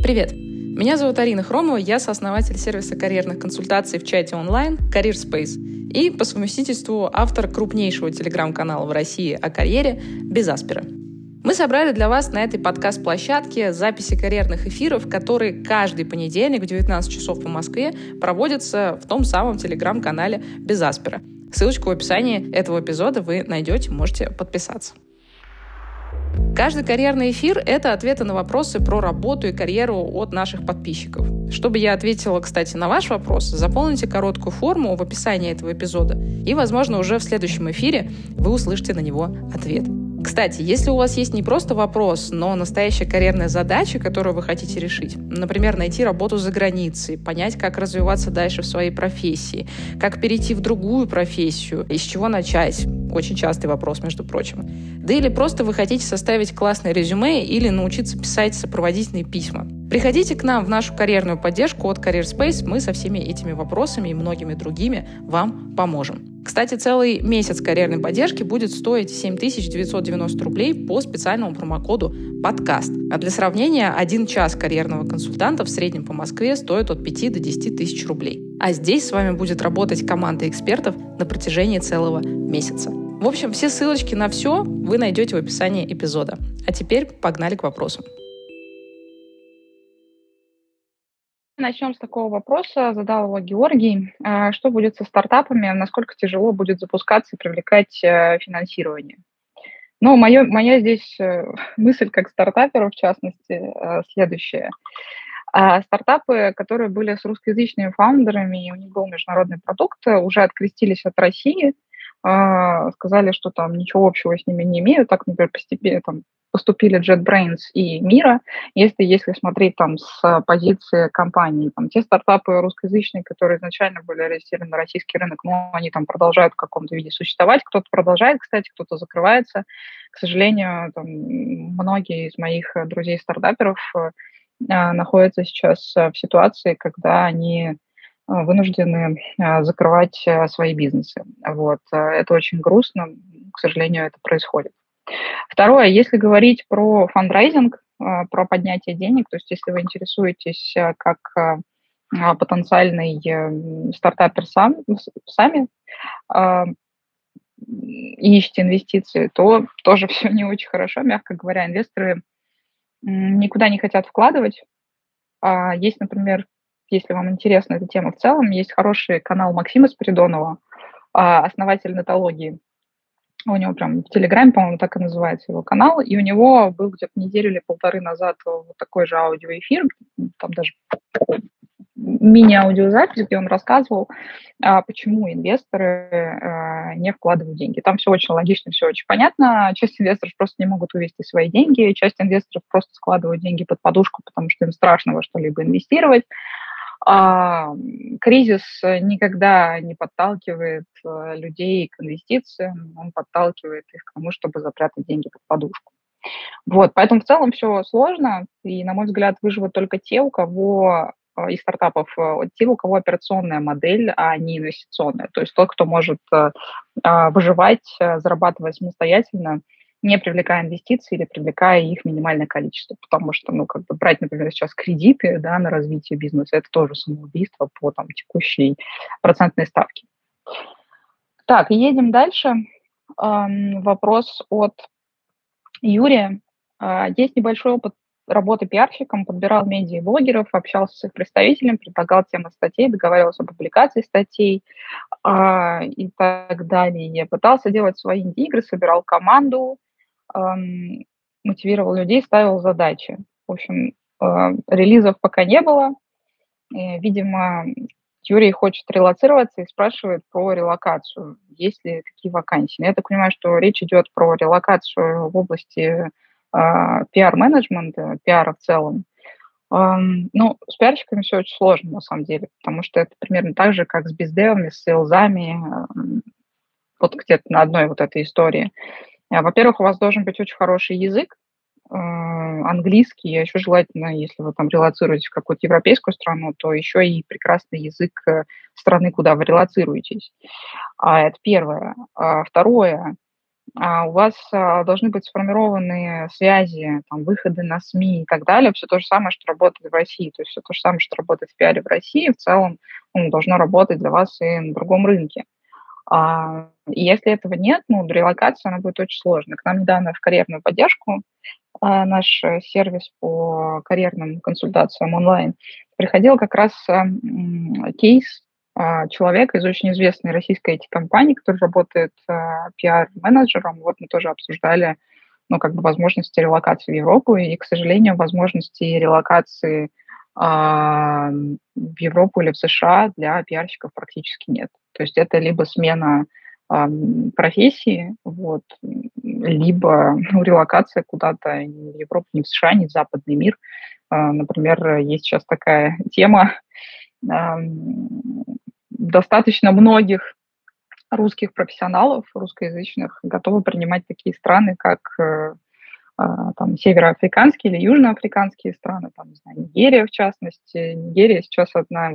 Привет! Меня зовут Арина Хромова, я сооснователь сервиса карьерных консультаций в чате онлайн CareerSpace и по совместительству автор крупнейшего телеграм-канала в России о карьере «Без Аспера». Мы собрали для вас на этой подкаст-площадке записи карьерных эфиров, которые каждый понедельник в 19 часов по Москве проводятся в том самом телеграм-канале «Без Аспера». Ссылочку в описании этого эпизода вы найдете, можете подписаться. Каждый карьерный эфир — это ответы на вопросы про работу и карьеру от наших подписчиков. Чтобы я ответила, кстати, на ваш вопрос, заполните короткую форму в описании этого эпизода, и, возможно, уже в следующем эфире вы услышите на него ответ. Кстати, если у вас есть не просто вопрос, но настоящая карьерная задача, которую вы хотите решить, например, найти работу за границей, понять, как развиваться дальше в своей профессии, как перейти в другую профессию, из чего начать, очень частый вопрос, между прочим, да или просто вы хотите составить классное резюме или научиться писать сопроводительные письма, приходите к нам в нашу карьерную поддержку от CareerSpace, мы со всеми этими вопросами и многими другими вам поможем. Кстати, целый месяц карьерной поддержки будет стоить 7990 рублей по специальному промокоду «Подкаст». А для сравнения, 1 час карьерного консультанта в среднем по Москве стоит от 5 до 10 тысяч рублей. А здесь с вами будет работать команда экспертов на протяжении целого месяца. В общем, все ссылочки на все вы найдете в описании эпизода. А теперь погнали к вопросам. Начнем с такого вопроса, задал его Георгий. Что будет со стартапами, насколько тяжело будет запускаться и привлекать финансирование? Ну, моя здесь мысль как стартапера, в частности, следующая. Стартапы, которые были с русскоязычными фаундерами, и у них был международный продукт, уже открестились от России, сказали, что там ничего общего с ними не имеют, так, например, постепенно поступили JetBrains и Mira, если смотреть там с позиции компании. Там, те стартапы русскоязычные, которые изначально были ориентированы на российский рынок, но они там продолжают в каком-то виде существовать. Кто-то продолжает, кстати, кто-то закрывается. К сожалению, там, многие из моих друзей-стартаперов находятся сейчас в ситуации, когда они вынуждены закрывать свои бизнесы. Вот. Это очень грустно, к сожалению, это происходит. Второе, если говорить про фандрайзинг, про поднятие денег, то есть если вы интересуетесь как потенциальный стартапер сами и ищете инвестиции, то тоже все не очень хорошо. Мягко говоря, инвесторы никуда не хотят вкладывать. Есть, например, если вам интересна эта тема в целом, есть хороший канал Максима Спиридонова, основатель нетологии. У него прям в Телеграме, по-моему, так и называется его канал, и у него был где-то неделю или полторы назад вот такой же аудиоэфир, там даже мини-аудиозапись, где он рассказывал, почему инвесторы не вкладывают деньги. Там все очень логично, все очень понятно. Часть инвесторов просто не могут увести свои деньги, часть инвесторов просто складывают деньги под подушку, потому что им страшно во что-либо инвестировать. Кризис никогда не подталкивает людей к инвестициям, он подталкивает их к тому, чтобы запрятать деньги под подушку. Вот, поэтому в целом все сложно, и, на мой взгляд, выживут только те, у кого из стартапов, те, у кого операционная модель, а не инвестиционная. То есть тот, кто может выживать, зарабатывать самостоятельно, не привлекая инвестиции или привлекая их минимальное количество. Потому что, брать, например, сейчас кредиты, да, на развитие бизнеса, это тоже самоубийство по текущей процентной ставке. Так, едем дальше. Вопрос от Юрия. Есть небольшой опыт работы пиарщиком, подбирал медиа и блогеров, общался с их представителями, предлагал темы статей, договаривался о публикации статей и так далее. Пытался делать свои инди-игры, собирал команду, мотивировал людей, ставил задачи. В общем, релизов пока не было. Видимо, Юрий хочет релоцироваться и спрашивает про релокацию. Есть ли какие вакансии? Я так понимаю, что речь идет про релокацию в области пиар-менеджмента, пиара в целом. С пиарщиками все очень сложно, на самом деле, потому что это примерно так же, как с бездевами, с сейлзами, вот где-то на одной вот этой истории. Во-первых, у вас должен быть очень хороший язык, английский, а еще желательно, если вы там релоцируетесь в какую-то европейскую страну, то еще и прекрасный язык страны, куда вы релоцируетесь. Это первое. Второе, у вас должны быть сформированы связи, там, выходы на СМИ и так далее, все то же самое, что работает в России, то есть все то же самое, что работает в пиаре в России, в целом должно работать для вас и на другом рынке. И если этого нет, релокация, она будет очень сложной. К нам недавно в карьерную поддержку наш сервис по карьерным консультациям онлайн приходил как раз кейс человека из очень известной российской IT-компании, который работает пиар-менеджером. Вот мы тоже обсуждали, возможности релокации в Европу, и, к сожалению, возможности релокации в Европу или в США для пиарщиков практически нет. То есть это либо смена профессии, либо релокация куда-то ни в Европу, ни в США, ни в западный мир. Например, есть сейчас такая тема, достаточно многих русских профессионалов, русскоязычных, готовы принимать такие страны, как североафриканские или южноафриканские страны, не знаю, Нигерия в частности. Нигерия сейчас одна,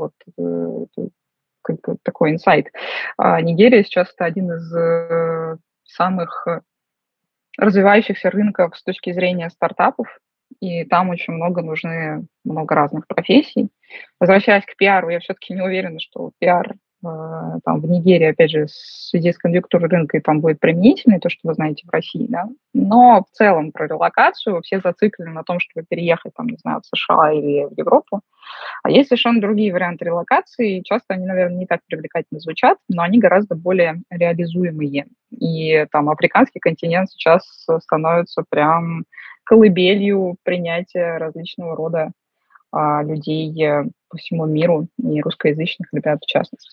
такой инсайт. Нигерия сейчас это один из самых развивающихся рынков с точки зрения стартапов, и там очень много разных профессий. Возвращаясь к пиару, я все-таки не уверена, что пиар в Нигерии, опять же, в связи с конъюнктурой рынка, и там будет применительный, то, что вы знаете в России, да. Но в целом про релокацию все зациклены на том, чтобы переехать, в США или в Европу. А есть совершенно другие варианты релокации. Часто они, наверное, не так привлекательно звучат, но они гораздо более реализуемые. И африканский континент сейчас становится прям колыбелью принятия различного рода людей по всему миру, и русскоязычных ребят в частности.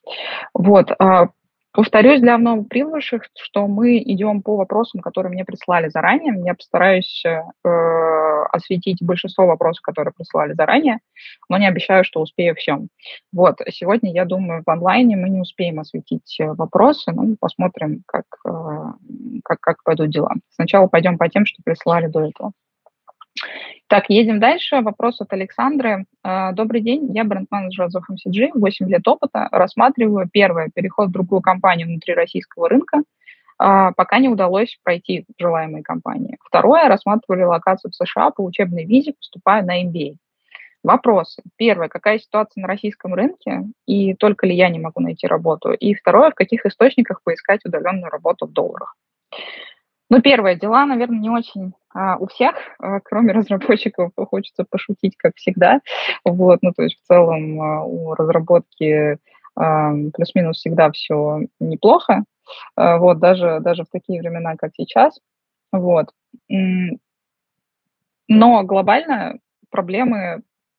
Повторюсь для новоприбывших, что мы идем по вопросам, которые мне прислали заранее. Я постараюсь осветить большинство вопросов, которые прислали заранее, но не обещаю, что успею все. Сегодня, я думаю, в онлайне мы не успеем осветить вопросы, но посмотрим, как пойдут дела. Сначала пойдем по тем, что прислали до этого. Так, едем дальше. Вопрос от Александры. Добрый день, я бренд-менеджер в FMCG, 8 лет опыта. Рассматриваю, первое, переход в другую компанию внутри российского рынка, пока не удалось пройти в желаемой компании. Второе, рассматриваю релокацию в США по учебной визе, поступаю на MBA. Вопросы. Первое, какая ситуация на российском рынке, и только ли я не могу найти работу? И второе, в каких источниках поискать удаленную работу в долларах? Первое, дела, наверное, не очень у всех, кроме разработчиков, хочется пошутить, как всегда. То есть в целом у разработки плюс-минус всегда все неплохо, даже в такие времена, как сейчас. Но глобально проблемы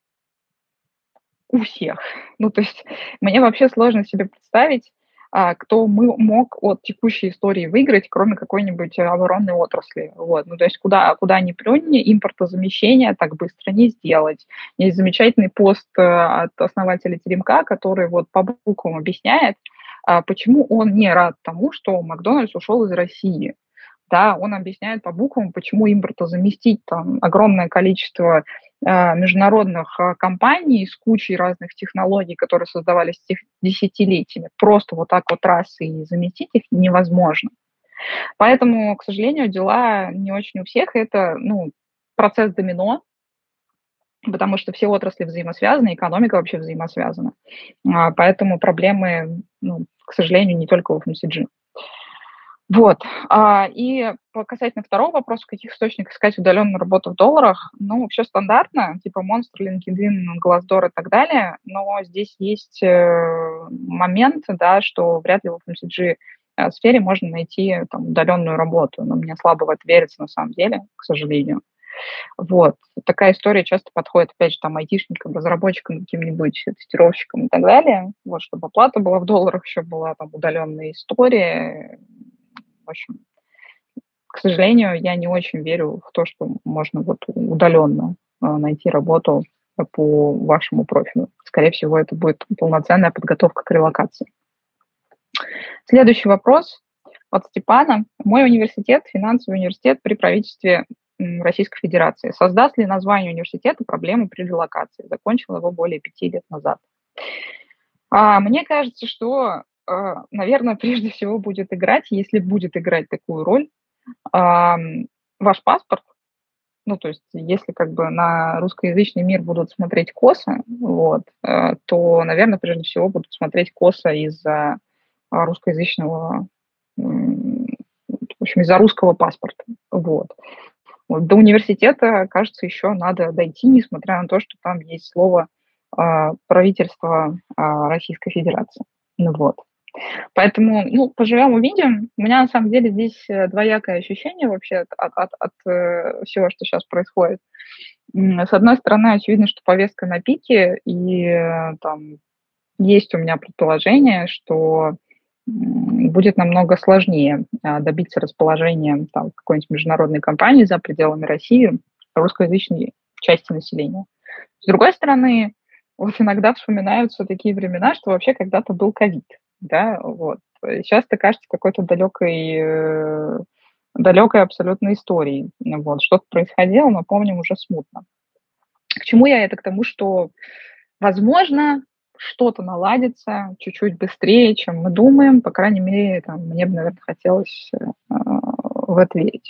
у всех. То есть мне вообще сложно себе представить, кто мог от текущей истории выиграть, кроме какой-нибудь оборонной отрасли. То есть куда ни плюнь, импортозамещение так быстро не сделать. Есть замечательный пост от основателя Теремка, который по буквам объясняет, почему он не рад тому, что Макдональдс ушел из России. Да, он объясняет по буквам, почему импортозаместить огромное количество международных компаний с кучей разных технологий, которые создавались десятилетиями, просто так раз и заместить их невозможно. Поэтому, к сожалению, дела не очень у всех. Это процесс домино, потому что все отрасли взаимосвязаны, экономика вообще взаимосвязана. Поэтому проблемы, к сожалению, не только в FMCG. И касательно второго вопроса, в каких источниках искать удаленную работу в долларах, все стандартно, типа Monster, LinkedIn, Glassdoor и так далее, но здесь есть момент, да, что вряд ли в FMCG сфере можно найти удаленную работу, но мне слабо в это верится на самом деле, к сожалению. Такая история часто подходит, опять же, айтишникам, разработчикам, каким-нибудь тестировщикам и так далее, чтобы оплата была в долларах, еще была удаленная история. В общем, к сожалению, я не очень верю в то, что можно удаленно найти работу по вашему профилю. Скорее всего, это будет полноценная подготовка к релокации. Следующий вопрос от Степана. Мой университет, финансовый университет при правительстве Российской Федерации. Создаст ли название университета проблему при релокации? Закончил его более 5 лет назад. Мне кажется, что наверное, прежде всего будет играть, если будет играть такую роль, ваш паспорт. Ну, то есть если как бы на русскоязычный мир будут смотреть косо, вот, то, наверное, прежде всего будут смотреть косо из-за русскоязычного, м, в общем, из-за русского паспорта. Вот. Вот. До университета, кажется, еще надо дойти, несмотря на то, что там есть слово правительства Российской Федерации. Ну вот. Поэтому, ну, поживем, увидим. У меня на самом деле здесь двоякое ощущение вообще от всего, что сейчас происходит. С одной стороны, очевидно, что повестка на пике, и там есть у меня предположение, что будет намного сложнее добиться расположения там, какой-нибудь международной компании за пределами России русскоязычной части населения. С другой стороны, вот иногда вспоминаются такие времена, что вообще когда-то был ковид, да, вот. Сейчас это кажется какой-то далекой абсолютно историей. Вот. Что-то происходило, но помним уже смутно. К чему я это? К тому, что, возможно, что-то наладится чуть-чуть быстрее, чем мы думаем. По крайней мере, там, мне бы, наверное, хотелось в это верить.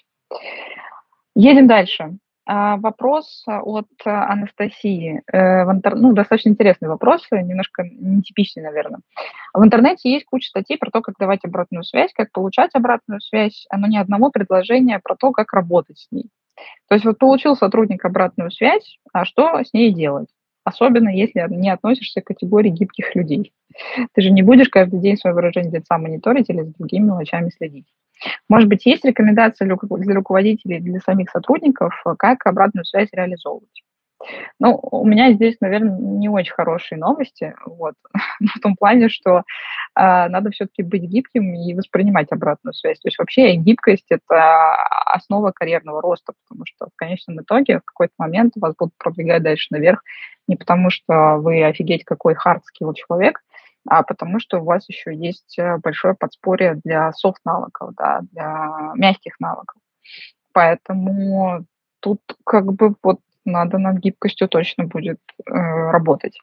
Едем дальше. Вопрос от Анастасии. Ну, достаточно интересный вопрос, немножко нетипичный, наверное. В интернете есть куча статей про то, как давать обратную связь, как получать обратную связь, но ни одного предложения про то, как работать с ней. То есть вот получил сотрудник обратную связь, а что с ней делать? Особенно если не относишься к категории гибких людей. Ты же не будешь каждый день свое выражение лица мониторить или за другими мелочами следить. Может быть, есть рекомендации для руководителей, для самих сотрудников, как обратную связь реализовывать? Ну, у меня здесь, наверное, не очень хорошие новости, вот, в том плане, что надо все-таки быть гибким и воспринимать обратную связь. То есть вообще гибкость– это основа карьерного роста, потому что в конечном итоге в какой-то момент вас будут продвигать дальше наверх не потому, что вы офигеть какой hard-skill человек, а потому что у вас еще есть большое подспорье для софт-навыков, да, для мягких навыков. Поэтому тут как бы вот надо над гибкостью точно будет работать.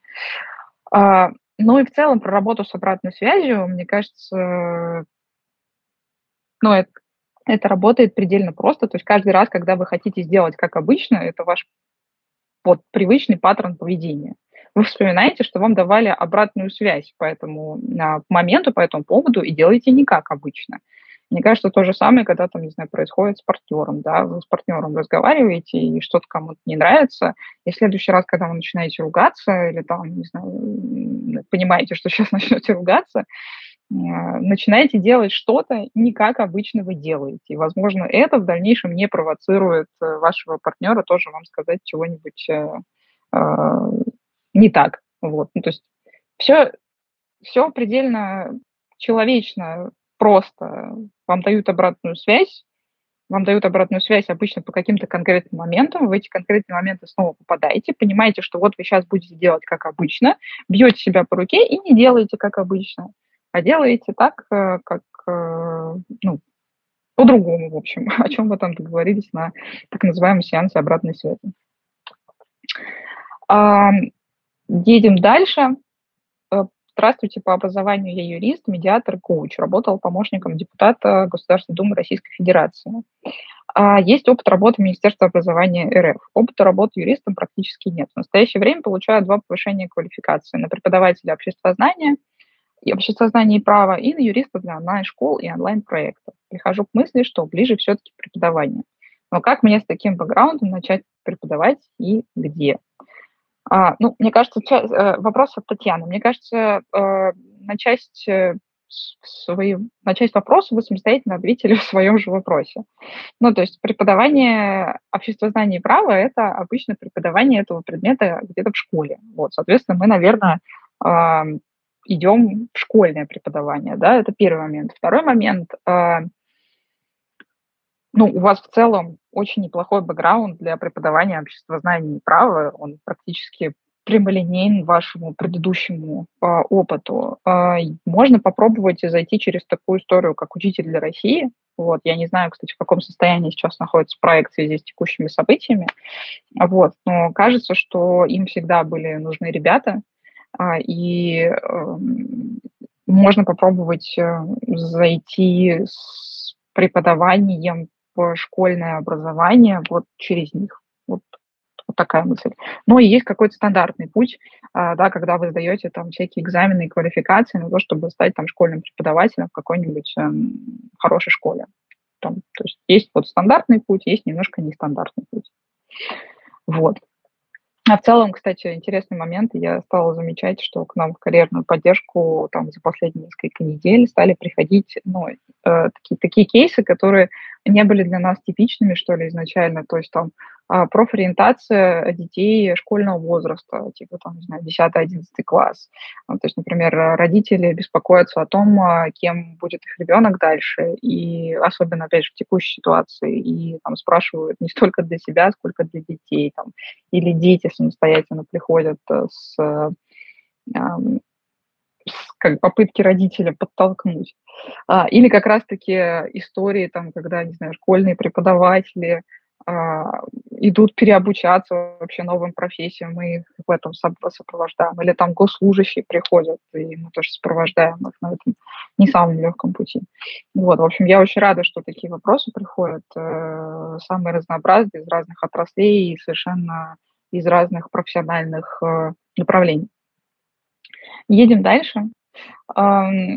Ну и в целом про работу с обратной связью, мне кажется, ну, это работает предельно просто. То есть каждый раз, когда вы хотите сделать как обычно, это ваш вот привычный паттерн поведения. Вы вспоминаете, что вам давали обратную связь по этому моменту, по этому поводу, и делаете не как обычно. Мне кажется, то же самое, когда там, не знаю, происходит с партнером, да, вы с партнером разговариваете, и что-то кому-то не нравится, и в следующий раз, когда вы начинаете ругаться, или там, не знаю, понимаете, что сейчас начнете ругаться, начинаете делать что-то не как обычно вы делаете. И, возможно, это в дальнейшем не провоцирует вашего партнера тоже вам сказать чего-нибудь не так. Вот. Ну, то есть все предельно человечно, просто. Вам дают обратную связь обычно по каким-то конкретным моментам, в эти конкретные моменты снова попадаете, понимаете, что вот вы сейчас будете делать как обычно, бьете себя по руке и не делаете как обычно, а делаете так, как, ну, по-другому, в общем, о чем вы там договорились на так называемом сеансе обратной связи. Едем дальше. Здравствуйте, по образованию я юрист, медиатор, коуч. Работал помощником депутата Государственной Думы Российской Федерации. Есть опыт работы в Министерстве образования РФ. Опыта работы юристом практически нет. В настоящее время получаю 2 повышения квалификации на преподавателя обществознания и права, и на юриста для онлайн-школ и онлайн-проектов. Прихожу к мысли, что ближе все-таки к преподаванию. Но как мне с таким бэкграундом начать преподавать и где? Ну, мне кажется, вопрос от Татьяны. Мне кажется, на часть вопроса вы самостоятельно ответили в своем же вопросе. Ну, то есть преподавание обществознания и права– это обычно преподавание этого предмета где-то в школе. Вот, соответственно, мы, наверное, идем в школьное преподавание, да, это первый момент. Второй момент, ну, у вас в целом очень неплохой бэкграунд для преподавания обществознания и права, он практически прямолинейен вашему предыдущему опыту. Можно попробовать зайти через такую историю, как «Учитель для России». Вот. Я не знаю, кстати, в каком состоянии сейчас находится проект в связи с текущими событиями. Вот. Но кажется, что им всегда были нужны ребята, и можно попробовать зайти с преподаванием в школьное образование вот через них. Вот такая мысль. Но и есть какой-то стандартный путь, да, когда вы сдаете там всякие экзамены и квалификации на то, чтобы стать там школьным преподавателем в какой-нибудь хорошей школе. То есть вот стандартный путь, есть немножко нестандартный путь. Вот. А в целом, кстати, интересный момент. Я стала замечать, что к нам в карьерную поддержку там за последние несколько недель стали приходить, ну, такие кейсы, которые не были для нас типичными, что ли, изначально. То есть там профориентация детей школьного возраста, типа там, не знаю, 10-11 класс. То есть, например, родители беспокоятся о том, кем будет их ребенок дальше, и особенно, опять же, в текущей ситуации, и там спрашивают не столько для себя, сколько для детей, там, или дети самостоятельно приходят ам, как попытки родителя подтолкнуть. Или как раз-таки истории, там, когда, не знаю, школьные преподаватели идут переобучаться вообще новым профессиям, мы их в этом сопровождаем. Или там госслужащие приходят, и мы тоже сопровождаем их на этом не самом легком пути. Вот, в общем, я очень рада, что такие вопросы приходят, самые разнообразные, из разных отраслей и совершенно из разных профессиональных направлений. Едем дальше. Ам,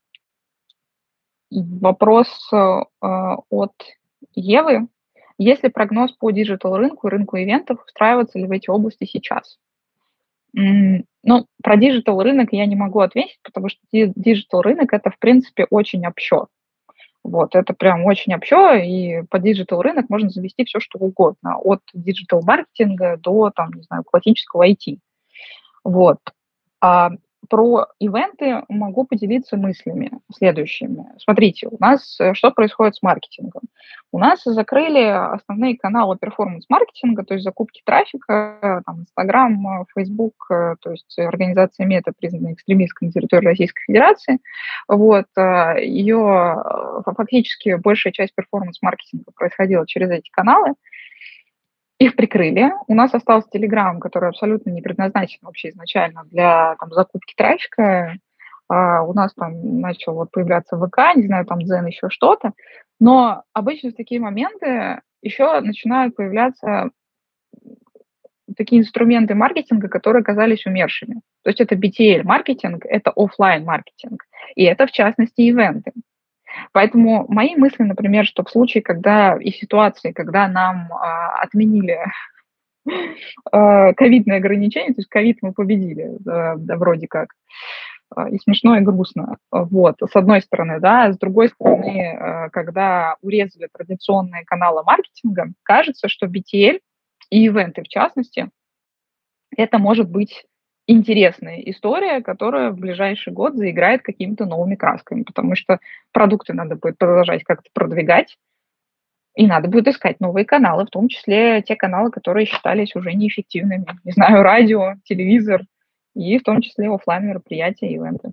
Вопрос от Евы. Есть ли прогноз по диджитал-рынку и рынку ивентов? Встраиваться ли в эти области сейчас? Ну, про диджитал-рынок я не могу ответить, потому что диджитал-рынок – это, в принципе, очень общо. Вот, это прям очень общо, и под диджитал-рынок можно завести все, что угодно, от диджитал-маркетинга до, там, не знаю, классического IT. Вот. А про ивенты могу поделиться мыслями следующими. Смотрите, у нас что происходит с маркетингом? У нас закрыли основные каналы перформанс-маркетинга, то есть закупки трафика, там, Инстаграм, Фейсбук, то есть организация Мета, признанная экстремистской на территории Российской Федерации. Вот, ее фактически большая часть перформанс-маркетинга происходила через эти каналы. Их прикрыли. У нас остался Telegram, который абсолютно не предназначен вообще изначально для там, закупки трафика. У нас там начал вот появляться ВК, не знаю, там Дзен, еще что-то. Но обычно в такие моменты еще начинают появляться такие инструменты маркетинга, которые оказались умершими. То есть это BTL-маркетинг, это офлайн-маркетинг, и это, в частности, ивенты. Поэтому мои мысли, например, что в случае, когда и ситуации, когда нам отменили ковидные ограничения, то есть ковид мы победили, да, вроде как, и смешно, и грустно. Вот, с одной стороны, да, с другой стороны, когда урезали традиционные каналы маркетинга, кажется, что BTL и ивенты, в частности, это может быть интересная история, которая в ближайший год заиграет какими-то новыми красками, потому что продукты надо будет продолжать как-то продвигать, и надо будет искать новые каналы, в том числе те каналы, которые считались уже неэффективными. Не знаю, радио, телевизор, и в том числе офлайн мероприятия, ивенты.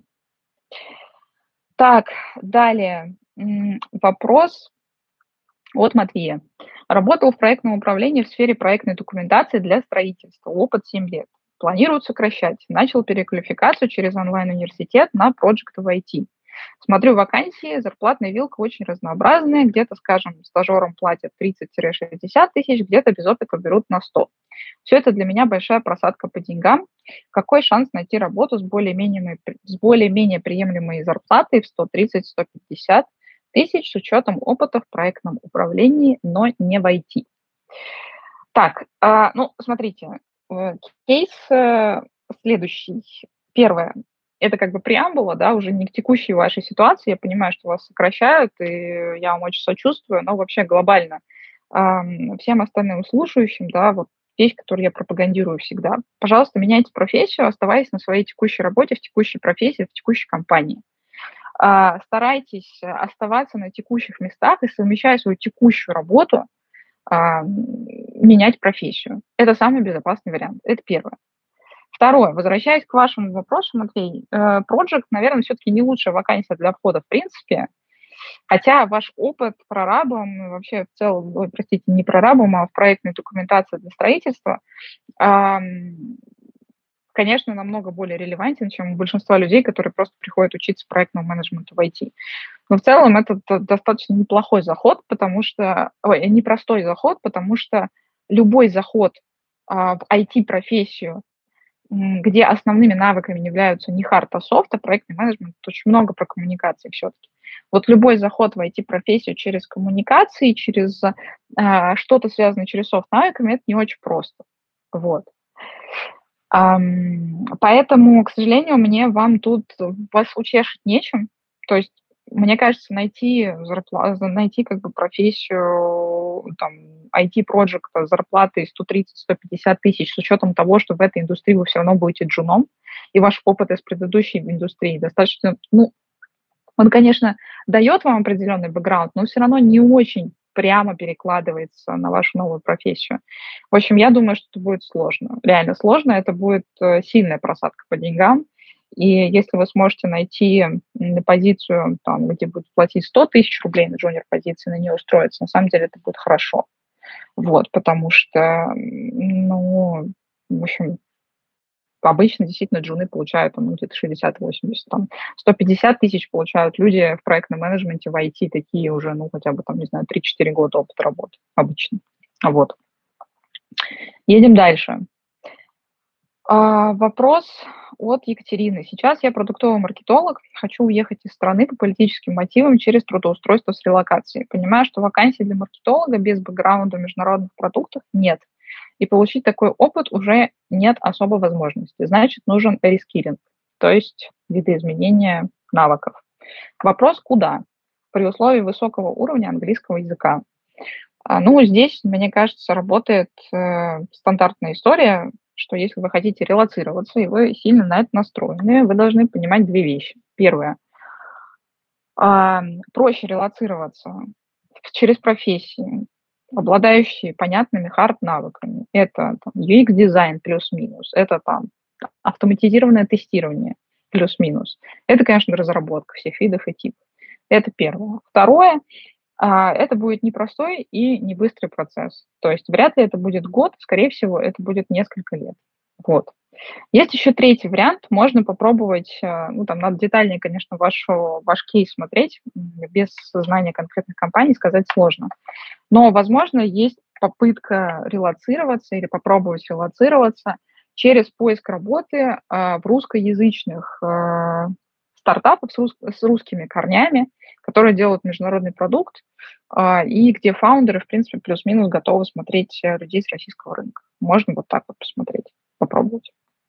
Так, далее. Вопрос от Матвея. Работал в проектном управлении в сфере проектной документации для строительства. Опыт 7 лет. Планируют сокращать. Начал переквалификацию через онлайн-университет на проект в IT. Смотрю вакансии, зарплатная вилка очень разнообразная. Где-то, скажем, стажерам платят 30-60 тысяч, где-то без опыта берут на 100. Все это для меня большая просадка по деньгам. Какой шанс найти работу с более-менее приемлемой зарплатой в 130-150 тысяч с учетом опыта в проектном управлении, но не в IT? Так, ну, смотрите, кейс следующий. Первое. Это как бы преамбула, да, уже не к текущей вашей ситуации. Я понимаю, что вас сокращают, и я вам очень сочувствую, но вообще глобально всем остальным слушающим, да, вот вещь, которую я пропагандирую всегда. Пожалуйста, меняйте профессию, оставаясь на своей текущей работе, в текущей профессии, в текущей компании. Старайтесь оставаться на текущих местах и, совмещая свою текущую работу, менять профессию. Это самый безопасный вариант. Это первое. Второе. Возвращаясь к вашему вопросу, Матвей, Project, наверное, все-таки не лучшая вакансия для входа в принципе, хотя ваш опыт прорабом, вообще в целом, ой, простите, не прорабом, а в проектной документации для строительства, конечно, намного более релевантен, чем у большинства людей, которые просто приходят учиться проектному менеджменту в IT. Но в целом это достаточно неплохой заход, потому что, непростой заход, потому что любой заход в IT-профессию, где основными навыками являются не хард, а софт, а проектный менеджмент, очень много про коммуникации все-таки. Вот любой заход в IT-профессию через коммуникации, через что-то связанное через софт-навыками, это не очень просто. Вот. Поэтому, к сожалению, мне вам тут вас утешить нечем. То есть, мне кажется, найти как бы профессию там IT-проджекта зарплатой 130-150 тысяч с учетом того, что в этой индустрии вы все равно будете джуном, и ваш опыт из предыдущей индустрии достаточно, он, конечно, дает вам определенный бэкграунд, но все равно не очень прямо перекладывается на вашу новую профессию. В общем, я думаю, что это будет сложно. Реально сложно. Это будет сильная просадка по деньгам. И если вы сможете найти позицию, там, где будут платить 100 тысяч рублей на джуниор-позиции, на нее устроиться, на самом деле это будет хорошо. Вот, потому что, в общем, обычно действительно джуны получают где-то 60-80, 150 тысяч получают люди в проектном менеджменте в IT, такие уже, хотя бы, 3-4 года опыта работы обычно. Вот. Едем дальше. Вопрос от Екатерины. Сейчас я продуктовый маркетолог, хочу уехать из страны по политическим мотивам через трудоустройство с релокацией. Понимаю, что вакансий для маркетолога без бэкграунда в международных продуктах нет. И получить такой опыт уже нет особой возможности. Значит, нужен рескилинг, то есть видоизменение навыков. Вопрос куда? При условии высокого уровня английского языка. Здесь, мне кажется, работает стандартная история, что если вы хотите релоцироваться, и вы сильно на это настроены, вы должны понимать две вещи. Первое. Проще релоцироваться через профессии, обладающие понятными хард-навыками. Это UX-дизайн плюс-минус, это автоматизированное тестирование плюс-минус. Это, конечно, разработка всех видов и типов. Это первое. Второе, это будет непростой и не быстрый процесс. То есть вряд ли это будет год, скорее всего, это будет несколько лет. Вот. Есть еще третий вариант. Можно попробовать, надо детальнее, конечно, ваш кейс смотреть. Без знания конкретных компаний сказать сложно. Но, возможно, есть попытка релоцироваться или попробовать релоцироваться через поиск работы в русскоязычных стартапов с русскими корнями, которые делают международный продукт, и где фаундеры, в принципе, плюс-минус готовы смотреть людей с российского рынка. Можно вот так вот посмотреть, попробовать.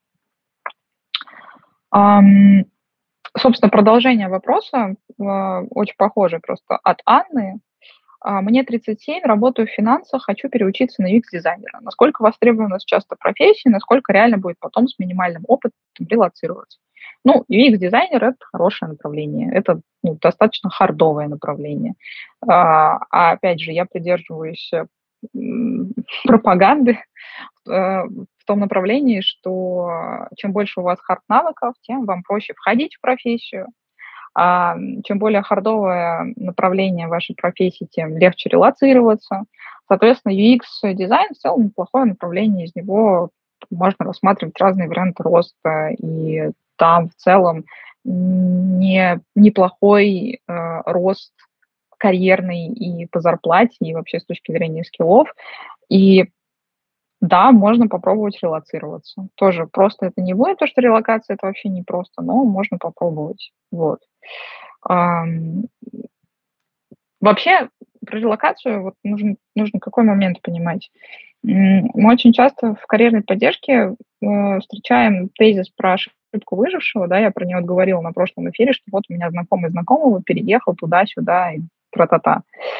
Собственно, продолжение вопроса очень похоже просто от Анны. Мне 37, работаю в финансах, хочу переучиться на UX-дизайнера. Насколько востребована сейчас эта профессия, насколько реально будет потом с минимальным опытом релоцироваться? UX-дизайнер – это хорошее направление, это достаточно хардовое направление. Опять же, я придерживаюсь пропаганды в том направлении, что чем больше у вас хард-навыков, тем вам проще входить в профессию. Чем более хардовое направление вашей профессии, тем легче релоцироваться. Соответственно, UX-дизайн в целом неплохое направление, из него можно рассматривать разные варианты роста, и там в целом неплохой рост карьерный и по зарплате, и вообще с точки зрения скиллов. И да, можно попробовать релоцироваться. Тоже просто это не будет, потому что релокация это вообще не просто, но можно попробовать. Вот. Вообще, про релокацию нужно какой момент понимать. Мы очень часто в карьерной поддержке встречаем тезис про ошибку выжившего, да, я про него говорила на прошлом эфире, что вот у меня знакомый знакомого переехал туда-сюда и тра-та-та.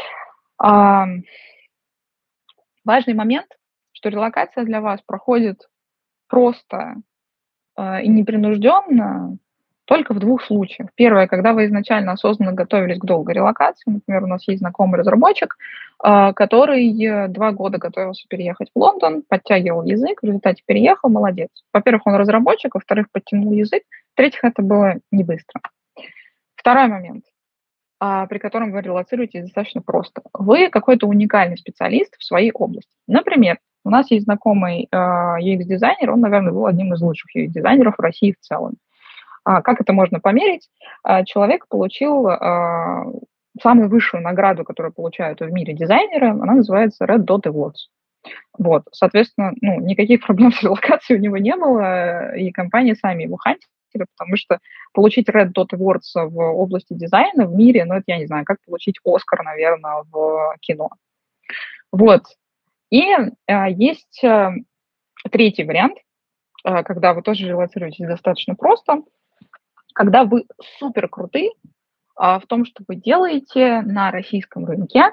Важный момент, что релокация для вас проходит просто и непринужденно только в двух случаях. Первое, когда вы изначально осознанно готовились к долгой релокации. Например, у нас есть знакомый разработчик, который 2 года готовился переехать в Лондон, подтягивал язык, в результате переехал, молодец. Во-первых, он разработчик, во-вторых, подтянул язык, в-третьих, это было не быстро. Второй момент, при котором вы релоцируетесь достаточно просто. Вы какой-то уникальный специалист в своей области. Например, У нас есть знакомый UX-дизайнер, он, наверное, был одним из лучших UX-дизайнеров в России в целом. Как это можно померить? Человек получил самую высшую награду, которую получают в мире дизайнеры, она называется Red Dot Awards. Вот, соответственно, никаких проблем с релокацией у него не было, и компании сами его хантили, потому что получить Red Dot Awards в области дизайна в мире, это я не знаю, как получить Оскар, наверное, в кино. Вот. И есть третий вариант, когда вы тоже релоцируетесь достаточно просто, когда вы супер круты в том, что вы делаете на российском рынке,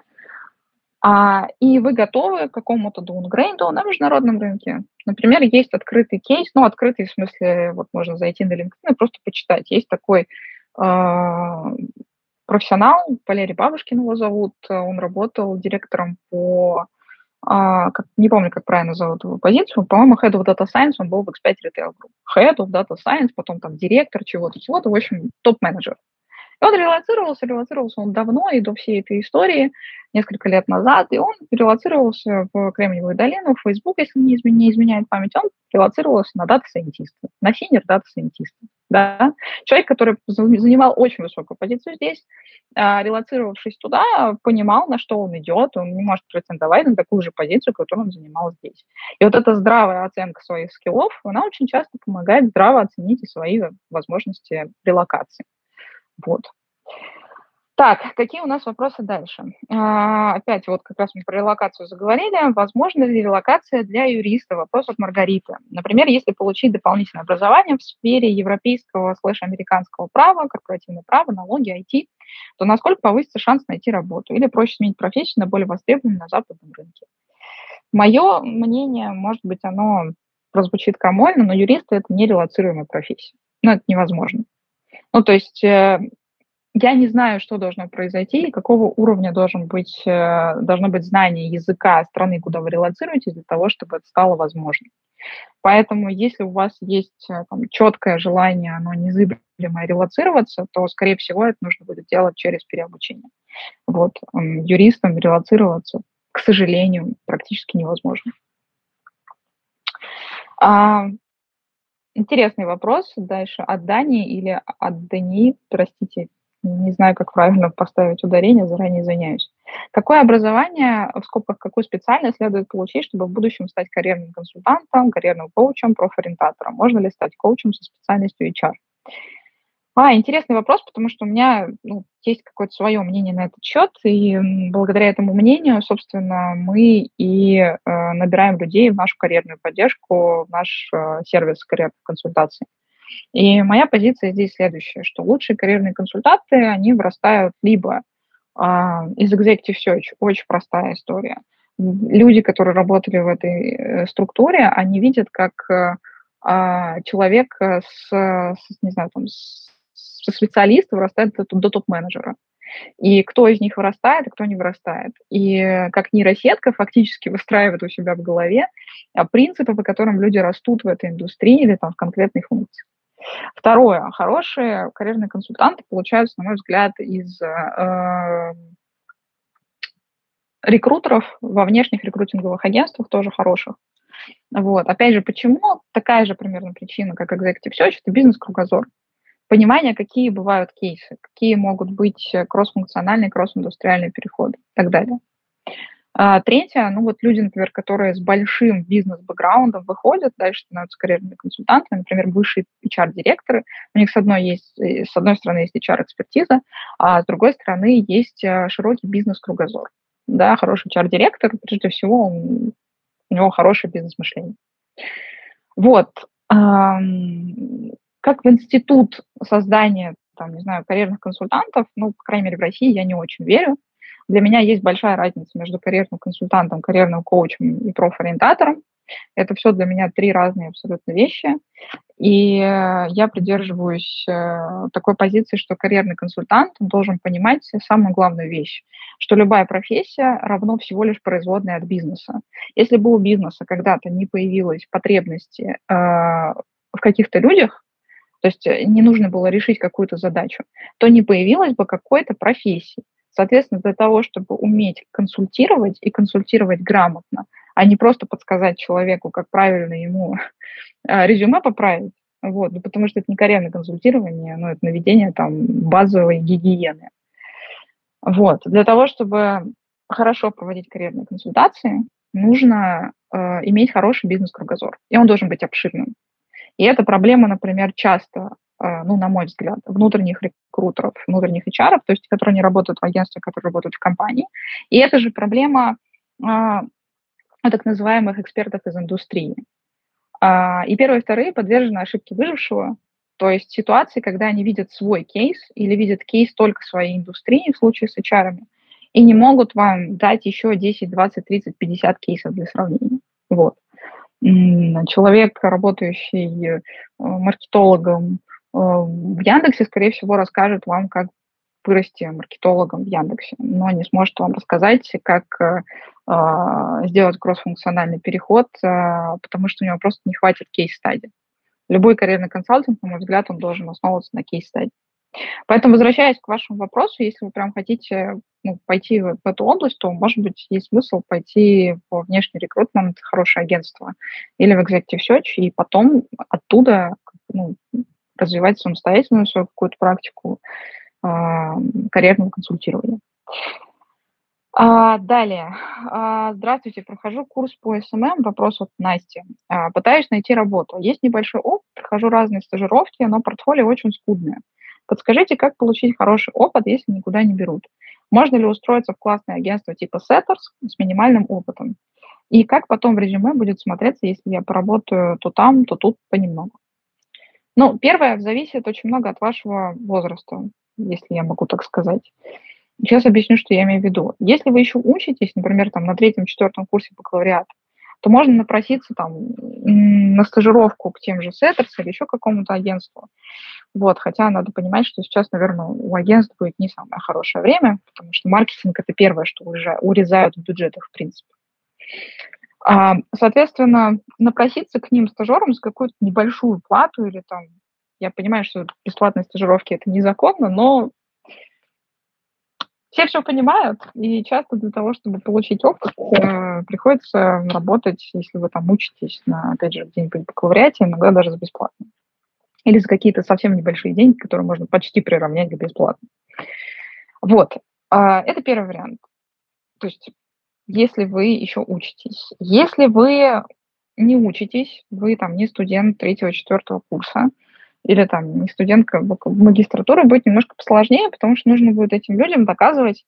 и вы готовы к какому-то даунгрейду на международном рынке. Например, есть открытый кейс, открытый в смысле, вот можно зайти на LinkedIn и просто почитать. Есть такой профессионал, Валерий Бабушкин его зовут, он работал директором по, не помню, как правильно зовут его позицию, по-моему, Head of Data Science, он был в X5 Retail Group. Head of Data Science, потом там директор чего-то, в общем, топ-менеджер. И он релоцировался он давно и до всей этой истории, несколько лет назад, и он релоцировался в Кремниевую долину, в Facebook, если не изменяет память, он релоцировался на дата-сайентиста, на senior дата-сайентиста. Да? Человек, который занимал очень высокую позицию здесь, релоцировавшись туда, понимал, на что он идет, он не может претендовать на такую же позицию, которую он занимал здесь. И вот эта здравая оценка своих скиллов, она очень часто помогает здраво оценить и свои возможности релокации. Вот. Так, какие у нас вопросы дальше? Опять вот как раз мы про релокацию заговорили. Возможно ли релокация для юриста? Вопрос от Маргариты. Например, если получить дополнительное образование в сфере европейского /американского права, корпоративное право, налоги, IT, то насколько повысится шанс найти работу? Или проще сменить профессию на более востребованную на западном рынке? Мое мнение, может быть, оно прозвучит крамольно, но юристы – это не релоцируемая профессия. Это невозможно. То есть я не знаю, что должно произойти и какого уровня должно быть знание языка страны, куда вы релоцируетесь, для того, чтобы это стало возможным. Поэтому если у вас есть четкое желание, оно незыблемое релоцироваться, то, скорее всего, это нужно будет делать через переобучение. Вот. Юристам релоцироваться, к сожалению, практически невозможно. Интересный вопрос дальше от Дани или от Дани, простите, не знаю, как правильно поставить ударение, заранее извиняюсь. Какое образование, в скобках, какую специальность следует получить, чтобы в будущем стать карьерным консультантом, карьерным коучем, профориентатором? Можно ли стать коучем со специальностью HR? Интересный вопрос, потому что у меня есть какое-то свое мнение на этот счет, и благодаря этому мнению, собственно, мы и набираем людей в нашу карьерную поддержку, в наш сервис карьерных консультаций. И моя позиция здесь следующая, что лучшие карьерные консультанты, они вырастают либо из Executive Search, очень простая история. Люди, которые работали в этой структуре, они видят, как человек со специалиста вырастает до топ-менеджера. И кто из них вырастает, а кто не вырастает. И как нейросетка фактически выстраивает у себя в голове принципы, по которым люди растут в этой индустрии или в конкретной функции. Второе. Хорошие карьерные консультанты получаются, на мой взгляд, из рекрутеров во внешних рекрутинговых агентствах, тоже хороших. Вот. Опять же, почему? Такая же примерно причина, как Executive Search, это бизнес-кругозор. Понимание, какие бывают кейсы, какие могут быть кросс-функциональные, кросс-индустриальные переходы и так далее. Третье, люди, например, которые с большим бизнес-бэкграундом выходят, дальше становятся карьерными консультантами, например, высшие HR-директоры, у них с одной стороны есть HR-экспертиза, а с другой стороны есть широкий бизнес-кругозор. Да, хороший HR-директор, прежде всего, у него хорошее бизнес-мышление. Вот. Как в институт создания, карьерных консультантов, по крайней мере, в России я не очень верю. Для меня есть большая разница между карьерным консультантом, карьерным коучем и профориентатором. Это все для меня три разные абсолютно вещи. И я придерживаюсь такой позиции, что карьерный консультант должен понимать самую главную вещь, что любая профессия равно всего лишь производная от бизнеса. Если бы у бизнеса когда-то не появилась потребности в каких-то людях, то есть не нужно было решить какую-то задачу, то не появилось бы какой-то профессии. Соответственно, для того, чтобы уметь консультировать и консультировать грамотно, а не просто подсказать человеку, как правильно ему резюме поправить. Вот, ну, потому что это не карьерное консультирование, но это наведение там базовой гигиены. Вот. Для того, чтобы хорошо проводить карьерные консультации, нужно иметь хороший бизнес-кругозор, и он должен быть обширным. И это проблема, например, часто, ну, на мой взгляд, внутренних рекрутеров, внутренних HR, то есть которые не работают в агентстве, которые работают в компании. И это же проблема так называемых экспертов из индустрии. И первые, и вторые подвержены ошибке выжившего, то есть ситуации, когда они видят свой кейс или видят кейс только своей индустрии в случае с HR, и не могут вам дать еще 10, 20, 30, 50 кейсов для сравнения. Вот. Человек, работающий маркетологом в Яндексе, скорее всего, расскажет вам, как вырасти маркетологом в Яндексе, но не сможет вам рассказать, как сделать кроссфункциональный переход, потому что у него просто не хватит кейс-стадии. Любой карьерный консалтинг, на мой взгляд, он должен основываться на кейс-стадии. Поэтому, возвращаясь к вашему вопросу, если вы прям хотите пойти в эту область, то, может быть, есть смысл пойти в внешний рекрутмент, хорошее агентство, или в Executive Search, и потом оттуда развивать самостоятельную свою какую-то практику карьерного консультирования. Далее. Здравствуйте, прохожу курс по СММ, вопрос от Насти. Пытаюсь найти работу. Есть небольшой опыт, прохожу разные стажировки, но портфолио очень скудное. Подскажите, как получить хороший опыт, если никуда не берут? Можно ли устроиться в классное агентство типа Setters с минимальным опытом? И как потом в резюме будет смотреться, если я поработаю то там, то тут понемногу? Ну, первое, зависит очень много от вашего возраста, если я могу так сказать. Сейчас объясню, что я имею в виду. Если вы еще учитесь, например, там, на 3-4 курсе бакалавриата, то можно напроситься там на стажировку к тем же Setters или еще какому-то агентству. Вот, хотя надо понимать, что сейчас, наверное, у агентств будет не самое хорошее время, потому что маркетинг – это первое, что урезают в бюджетах, в принципе. Соответственно, напроситься к ним стажером за какую-то небольшую плату или там, я понимаю, что бесплатные стажировки – это незаконно, но все понимают, и часто для того, чтобы получить опыт, приходится работать, если вы там учитесь на, опять же, где-нибудь бакалавриате, иногда даже за бесплатно. Или за какие-то совсем небольшие деньги, которые можно почти приравнять к бесплатно. Вот. Это первый вариант. То есть если вы еще учитесь. Если вы не учитесь, вы там не студент 3-4 курса, или там не студентка магистратуры, будет немножко посложнее, потому что нужно будет этим людям доказывать,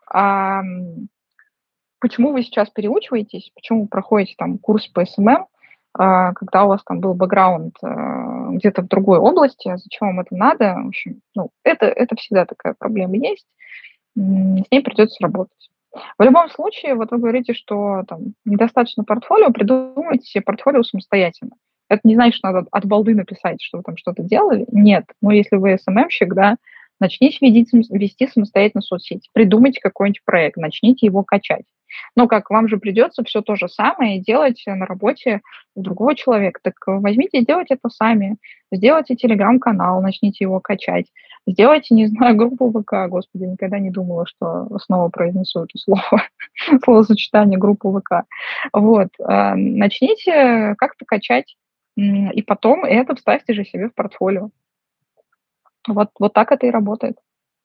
почему вы сейчас переучиваетесь, почему вы проходите там курс по СММ, когда у вас там был бэкграунд где-то в другой области, зачем вам это надо. В общем, это всегда такая проблема есть, с ней придется работать. В любом случае, вот вы говорите, что там недостаточно портфолио, придумайте себе портфолио самостоятельно. Это не значит, что надо от балды написать, что вы там что-то делали. Нет. Но если вы СММщик, да, начните вести самостоятельно соцсети. Придумайте какой-нибудь проект, начните его качать. Но как вам же придется все то же самое делать на работе у другого человека. Так возьмите и сделайте это сами. Сделайте телеграм-канал, начните его качать. Сделайте, не знаю, группу ВК. Господи, никогда не думала, что снова произнесу это слово, словосочетание группу ВК. Вот. Начните как-то качать, и потом это вставьте же себе в портфолио. Вот так это и работает.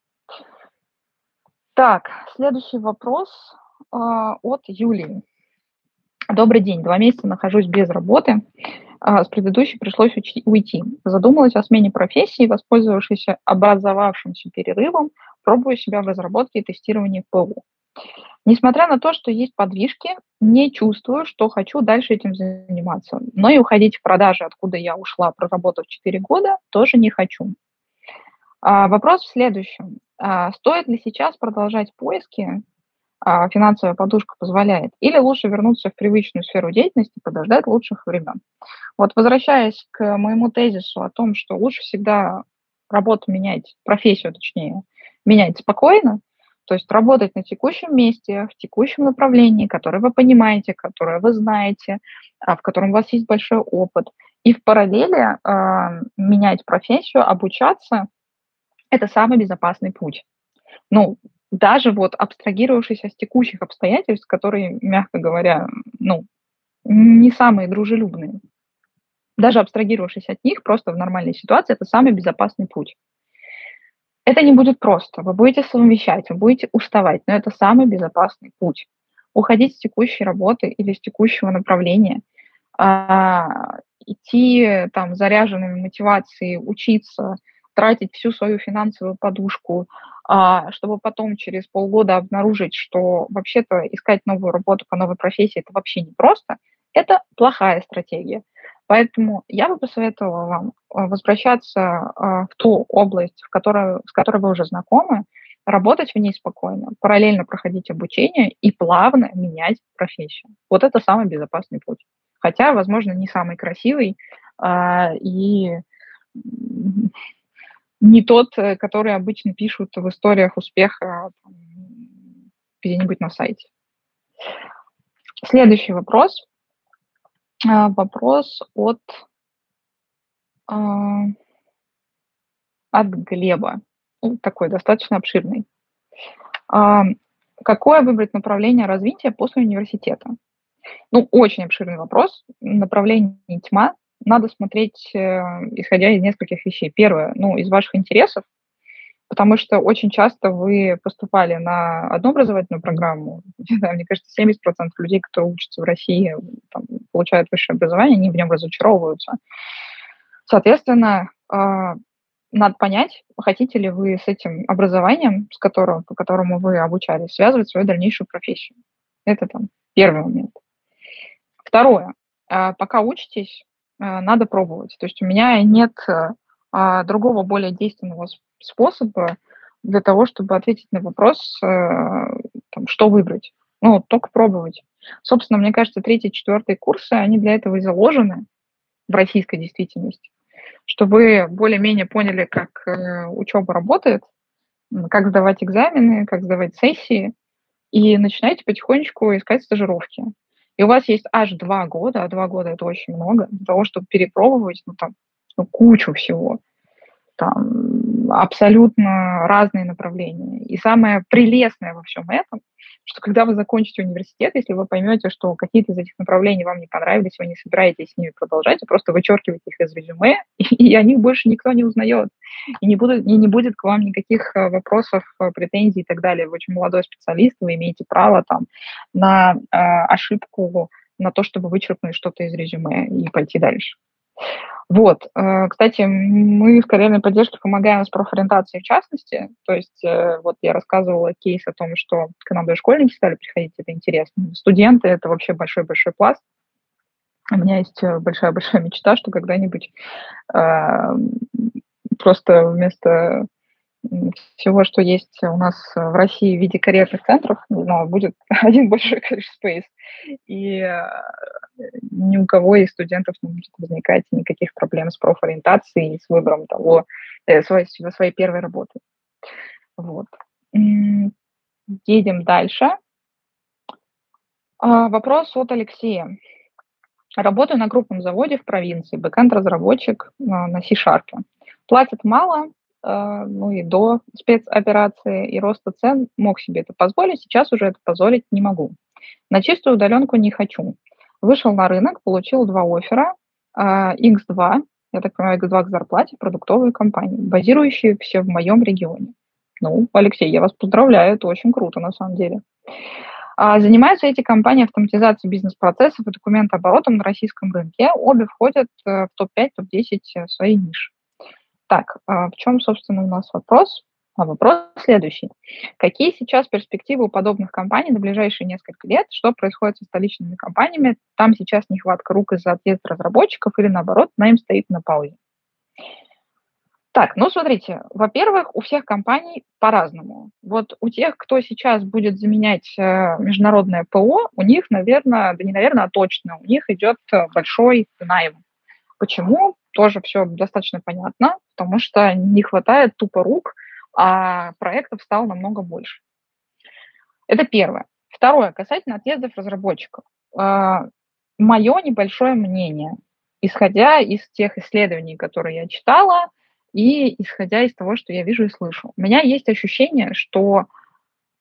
Так, следующий вопрос от Юлии. Добрый день. 2 месяца нахожусь без работы. С предыдущей пришлось уйти. Задумалась о смене профессии, воспользовавшись образовавшимся перерывом, пробую себя в разработке и тестировании ПО. Несмотря на то, что есть подвижки, не чувствую, что хочу дальше этим заниматься. Но и уходить в продажи, откуда я ушла, проработав 4 года, тоже не хочу. Вопрос в следующем. Стоит ли сейчас продолжать поиски, финансовая подушка позволяет, или лучше вернуться в привычную сферу деятельности и подождать лучших времен? Вот возвращаясь к моему тезису о том, что лучше всегда работу менять, профессию точнее, менять спокойно, то есть работать на текущем месте, в текущем направлении, которое вы понимаете, которое вы знаете, в котором у вас есть большой опыт, и в параллели менять профессию, обучаться – это самый безопасный путь. Ну, даже вот абстрагировавшись от текущих обстоятельств, которые, мягко говоря, ну, не самые дружелюбные, даже абстрагировавшись от них, просто в нормальной ситуации, это самый безопасный путь. Это не будет просто. Вы будете совмещать, вы будете уставать, но это самый безопасный путь. Уходить с текущей работы или с текущего направления, идти там заряженными мотивацией, учиться, тратить всю свою финансовую подушку, чтобы потом через полгода обнаружить, что вообще-то искать новую работу по новой профессии это вообще не просто, это плохая стратегия. Поэтому я бы посоветовала вам возвращаться в ту область, с которой вы уже знакомы, работать в ней спокойно, параллельно проходить обучение и плавно менять профессию. Вот это самый безопасный путь. Хотя, возможно, не самый красивый и не тот, который обычно пишут в историях успеха где-нибудь на сайте. Следующий вопрос. Вопрос от Глеба. Такой достаточно обширный. Какое выбрать направление развития после университета? Очень обширный вопрос. Направлений тьма. Надо смотреть, исходя из нескольких вещей. Первое, из ваших интересов, потому что очень часто вы поступали на одну образовательную программу. Не знаю, мне кажется, 70% людей, которые учатся в России, получают высшее образование, они в нем разочаровываются. Соответственно, надо понять, хотите ли вы с этим образованием, по которому вы обучались, связывать свою дальнейшую профессию. Это первый момент. Второе. Пока учитесь, надо пробовать. То есть у меня нет другого более действенного способа для того, чтобы ответить на вопрос, что выбрать. Только пробовать. Собственно, мне кажется, 3-й, 4-й курсы, они для этого и заложены в российской действительности, чтобы вы более-менее поняли, как учеба работает, как сдавать экзамены, как сдавать сессии, и начинаете потихонечку искать стажировки. И у вас есть аж 2 года, а 2 года – это очень много, для того, чтобы перепробовать кучу всего. Абсолютно разные направления. И самое прелестное во всем этом, что когда вы закончите университет, если вы поймете, что какие-то из этих направлений вам не понравились, вы не собираетесь с ними продолжать, вы просто вычеркиваете их из резюме, и о них больше никто не узнает. И не будет к вам никаких вопросов, претензий и так далее. Вы очень молодой специалист, вы имеете право на ошибку, на то, чтобы вычеркнуть что-то из резюме и пойти дальше. Кстати, мы в карьерной поддержке помогаем с профориентацией в частности. То есть я рассказывала кейс о том, что к нам дошкольники стали приходить, это интересно. Студенты – это вообще большой-большой пласт. У меня есть большая-большая мечта, что когда-нибудь просто вместо всего, что есть у нас в России в виде карьерных центров, будет один большой career space. И ни у кого из студентов не будет возникать никаких проблем с профориентацией и с выбором своей первой работы. Едем дальше. Вопрос от Алексея. Работаю на крупном заводе в провинции, бэкэнд-разработчик на C#. Платят мало, и до спецоперации и роста цен мог себе это позволить, сейчас уже это позволить не могу. На чистую удаленку не хочу. Вышел на рынок, получил 2 оффера, X2, я так понимаю, X2 к зарплате, продуктовые компании, базирующие все в моем регионе. Алексей, я вас поздравляю, это очень круто на самом деле. Занимаются эти компании автоматизацией бизнес-процессов и документооборотом на российском рынке. Обе входят в топ-5, топ-10 своей ниши. Так, в чем, собственно, у нас вопрос? Вопрос следующий. Какие сейчас перспективы у подобных компаний на ближайшие несколько лет? Что происходит со столичными компаниями? Там сейчас нехватка рук из-за отъезда разработчиков или, наоборот, найм стоит на паузе? Так, смотрите, во-первых, у всех компаний по-разному. У тех, кто сейчас будет заменять международное ПО, у них, наверное, точно, у них идет большой найм. Почему? Тоже все достаточно понятно, потому что не хватает тупо рук, а проектов стало намного больше. Это первое. Второе, касательно отъездов разработчиков. Мое небольшое мнение, исходя из тех исследований, которые я читала, и исходя из того, что я вижу и слышу. У меня есть ощущение, что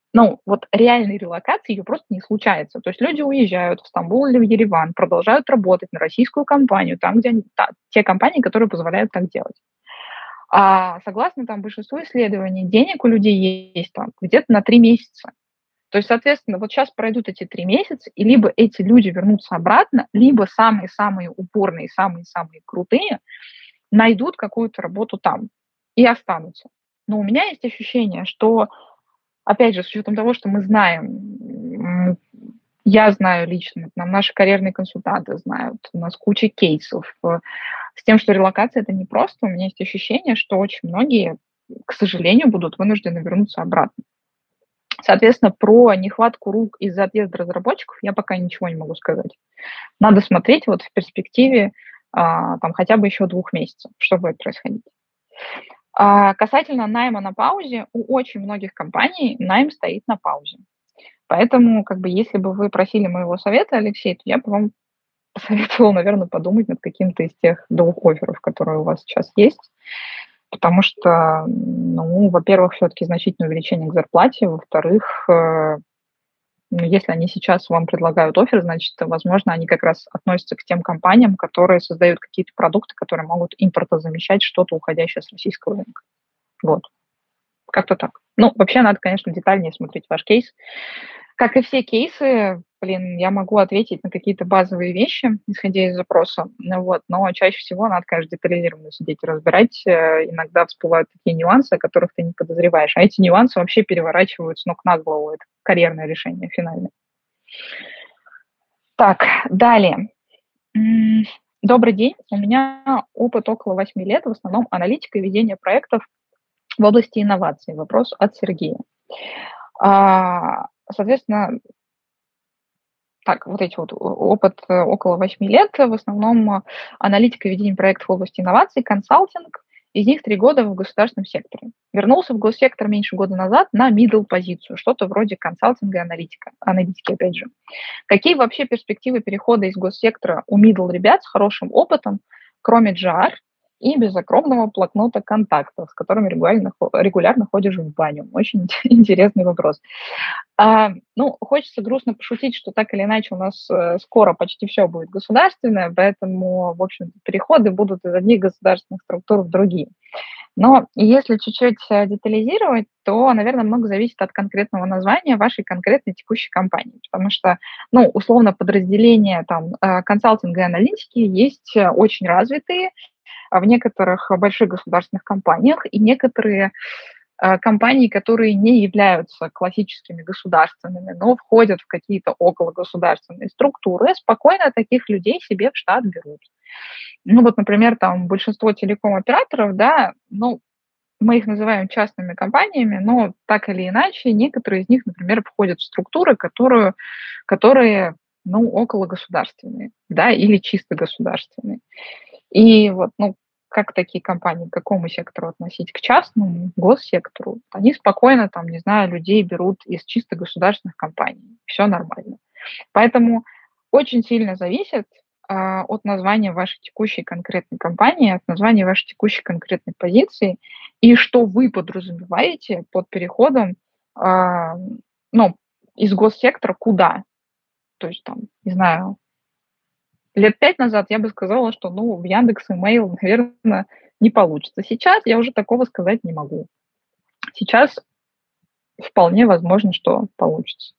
Ну, вот реальной релокации ее просто не случается. То есть люди уезжают в Стамбул или в Ереван, продолжают работать на российскую компанию, там, где те компании, которые позволяют так делать. А согласно там большинству исследований, денег у людей есть там где-то на 3 месяца. То есть, соответственно, вот сейчас пройдут эти 3 месяца, и либо эти люди вернутся обратно, либо самые-самые упорные, самые-самые крутые найдут какую-то работу там и останутся. Но у меня есть ощущение, что, опять же, с учетом того, что мы знаем, я знаю лично, нам наши карьерные консультанты знают, у нас куча кейсов, с тем, что релокация это непросто, у меня есть ощущение, что очень многие, к сожалению, будут вынуждены вернуться обратно. Соответственно, про нехватку рук из-за отъезда разработчиков я пока ничего не могу сказать. Надо смотреть вот в перспективе там хотя бы еще 2 месяцев, что будет происходить. Касательно найма на паузе, у очень многих компаний найм стоит на паузе. Поэтому, как бы, если бы вы просили моего совета, Алексей, то я бы вам посоветовала, наверное, подумать над каким-то из тех 2 офферов, которые у вас сейчас есть. Потому что, ну, во-первых, все-таки значительное увеличение к зарплате, во-вторых, ну, если они сейчас вам предлагают оффер, значит, возможно, они как раз относятся к тем компаниям, которые создают какие-то продукты, которые могут импортозамещать что-то, уходящее с российского рынка. Вот. Как-то так. Ну, вообще надо, конечно, детальнее смотреть ваш кейс. Как и все кейсы, я могу ответить на какие-то базовые вещи, исходя из запроса, ну вот, но чаще всего надо, конечно, детализированно сидеть и разбирать. Иногда всплывают такие нюансы, о которых ты не подозреваешь, а эти нюансы вообще переворачивают с ног на голову. Это карьерное решение финальное. Так, далее. Добрый день. У меня опыт около 8 лет, в основном аналитика и ведение проектов в области инноваций. Вопрос от Сергея. Соответственно, так, вот эти вот опыт около 8 лет, в основном аналитика и ведение проектов в области инноваций, консалтинг, из них 3 года в государственном секторе. Вернулся в госсектор меньше года назад на middle позицию, что-то вроде консалтинга и аналитики, опять же. Какие вообще перспективы перехода из госсектора у middle ребят с хорошим опытом, кроме GR и без огромного блокнота контактов, с которыми регулярно ходишь в баню? Очень интересный вопрос. Ну, хочется грустно пошутить, что так или иначе у нас скоро почти все будет государственное, поэтому, в общем, переходы будут из одних государственных структур в другие. Но если чуть-чуть детализировать, то, наверное, много зависит от конкретного названия вашей конкретной текущей компании, потому что, ну, условно, подразделения там консалтинга и аналитики есть очень развитые в некоторых больших государственных компаниях, и некоторые компании, которые не являются классическими государственными, но входят в какие-то окологосударственные структуры, спокойно таких людей себе в штат берут. Ну вот, например, там большинство телеком-операторов, да, ну, мы их называем частными компаниями, но так или иначе некоторые из них, например, входят в структуры, которые ну, окологосударственные, да, или чисто государственные. И вот, ну, как такие компании, к какому сектору относить? К частному, госсектору? Они спокойно, там, не знаю, людей берут из чисто государственных компаний. Все нормально. Поэтому очень сильно зависит от названия вашей текущей конкретной компании, от названия вашей текущей конкретной позиции, и что вы подразумеваете под переходом ну, из госсектора куда? То есть, там, не знаю, лет 5 назад я бы сказала, что, ну, в Яндекс Имейл, наверное, не получится. Сейчас я уже такого сказать не могу. Сейчас вполне возможно, что получится.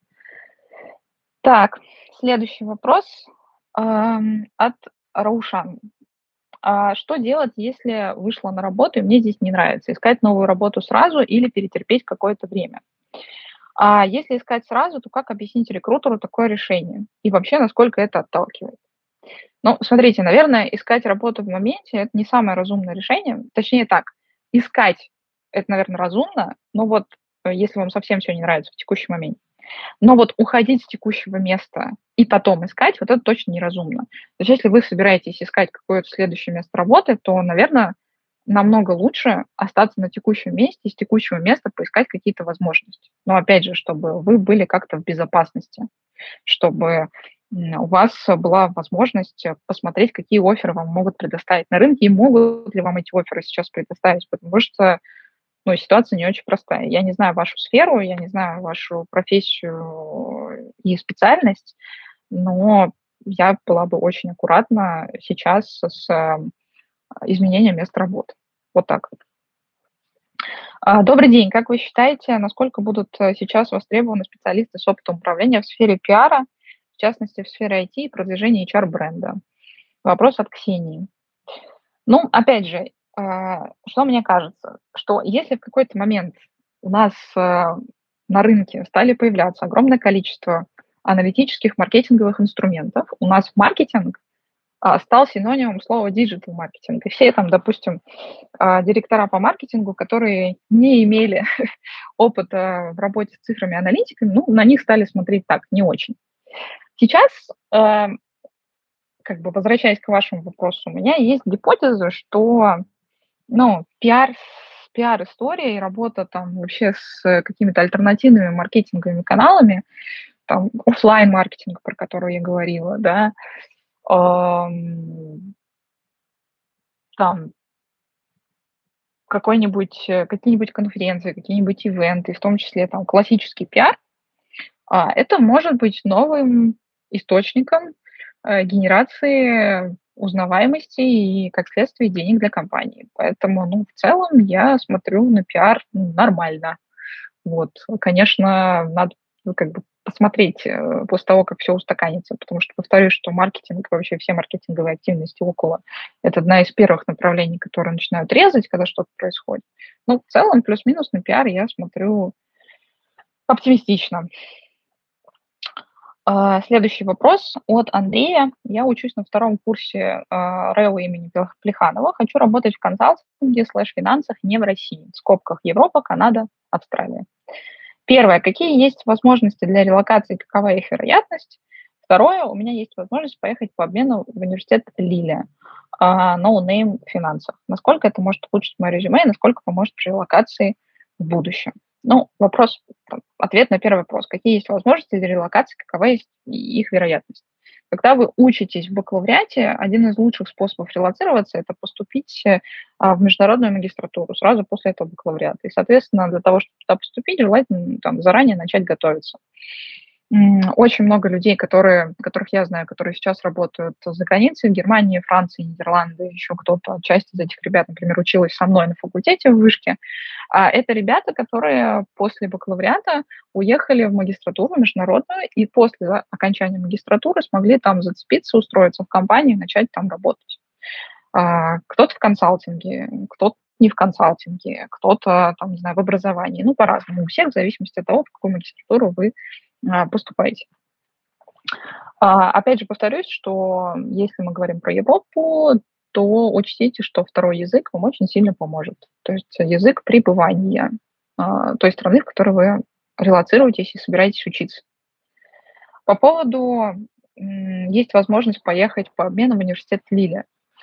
Так, следующий вопрос от Раушан. Что делать, если вышла на работу и мне здесь не нравится? Искать новую работу сразу или перетерпеть какое-то время? А если искать сразу, то как объяснить рекрутеру такое решение? И вообще, насколько это отталкивает? Ну, смотрите, наверное, искать работу в моменте – это не самое разумное решение. Точнее так, искать – это, наверное, разумно, но вот если вам совсем все не нравится в текущий момент. Но вот уходить с текущего места и потом искать, вот это точно неразумно. То есть если вы собираетесь искать какое-то следующее место работы, то, наверное, намного лучше остаться на текущем месте и с текущего места поискать какие-то возможности. Но опять же, чтобы вы были как-то в безопасности, чтобы у вас была возможность посмотреть, какие офферы вам могут предоставить на рынке, и могут ли вам эти офферы сейчас предоставить, потому что ну, ситуация не очень простая. Я не знаю вашу сферу, я не знаю вашу профессию и специальность, но я была бы очень аккуратна сейчас с изменением места работы. Вот так. Добрый день. Как вы считаете, насколько будут сейчас востребованы специалисты с опытом управления в сфере пиара, в частности, в сфере IT и продвижения HR-бренда? Вопрос от Ксении. Ну, опять же, что мне кажется, что если в какой-то момент у нас на рынке стали появляться огромное количество аналитических маркетинговых инструментов, у нас маркетинг стал синонимом слова digital маркетинг. И все там, допустим, директора по маркетингу, которые не имели опыта в работе с цифрами аналитиками, ну, на них стали смотреть так, не очень. Сейчас, как бы возвращаясь к вашему вопросу, у меня есть гипотеза, что, ну, пиар-история и работа там вообще с какими-то альтернативными маркетинговыми каналами, там, оффлайн-маркетинг, про который я говорила, да, там какие-нибудь конференции, какие-нибудь ивенты, в том числе там классический пиар, это может быть новым источником генерации узнаваемости и, как следствие, денег для компании. Поэтому, ну, в целом я смотрю на пиар нормально. Вот, конечно, надо как бы посмотреть после того, как все устаканится, потому что, повторюсь, что маркетинг, вообще все маркетинговые активности около, это одна из первых направлений, которые начинают резать, когда что-то происходит. Ну, в целом, плюс-минус на пиар я смотрю оптимистично. Следующий вопрос от Андрея. Я учусь на втором курсе РЭО имени Плеханова. Хочу работать в консалтинге /финансах не в России. В скобках Европа, Канада, Австралия. Первое. Какие есть возможности для релокации, какова их вероятность? Второе. У меня есть возможность поехать по обмену в университет Лиля. No name в финансах. Насколько это может улучшить мое резюме и насколько поможет при релокации в будущем? Ну, ответ на первый вопрос. Какие есть возможности для релокации, какова есть их вероятность? Когда вы учитесь в бакалавриате, один из лучших способов релоцироваться – это поступить в международную магистратуру сразу после этого бакалавриата. И, соответственно, для того, чтобы туда поступить, желательно там, заранее начать готовиться. Очень много людей, которых я знаю, которые сейчас работают за границей, в Германии, Франции, Нидерланды, еще кто-то, часть из этих ребят, например, училась со мной на факультете в вышке. Это ребята, которые после бакалавриата уехали в магистратуру международную и после окончания магистратуры смогли там зацепиться, устроиться в компанию и начать там работать. Кто-то в консалтинге, кто-то не в консалтинге, кто-то, там, не знаю, в образовании. Ну, по-разному. У всех в зависимости от того, в какую магистратуру вы поступаете. Опять же, повторюсь, что если мы говорим про Европу, то учтите, что второй язык вам очень сильно поможет. То есть язык пребывания той страны, в которой вы релоцируетесь и собираетесь учиться. По поводу есть возможность поехать по обмену в университет Лиля.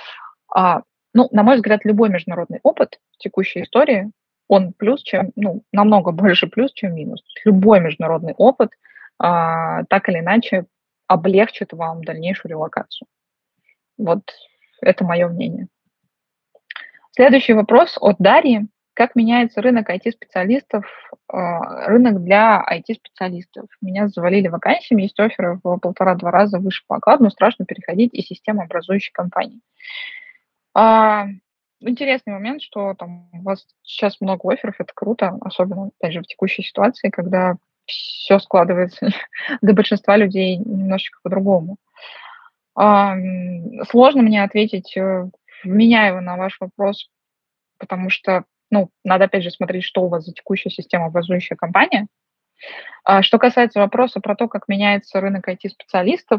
Ну, на мой взгляд, любой международный опыт в текущей истории, он намного больше плюс, чем минус. Любой международный опыт так или иначе облегчит вам дальнейшую релокацию. Вот это мое мнение. Следующий вопрос от Дарьи. Как меняется рынок IT-специалистов, рынок для IT-специалистов? Меня завалили вакансиями, есть офферы в 1,5-2 раза выше по окладу, но страшно переходить из системообразующей компании. Интересный момент, что там у вас сейчас много офферов, это круто, особенно, опять же, в текущей ситуации, когда все складывается для большинства людей немножечко по-другому. Сложно мне ответить вменяемо на ваш вопрос, потому что, надо опять же смотреть, что у вас за текущая системообразующая компания. Что касается вопроса про то, как меняется рынок IT-специалистов,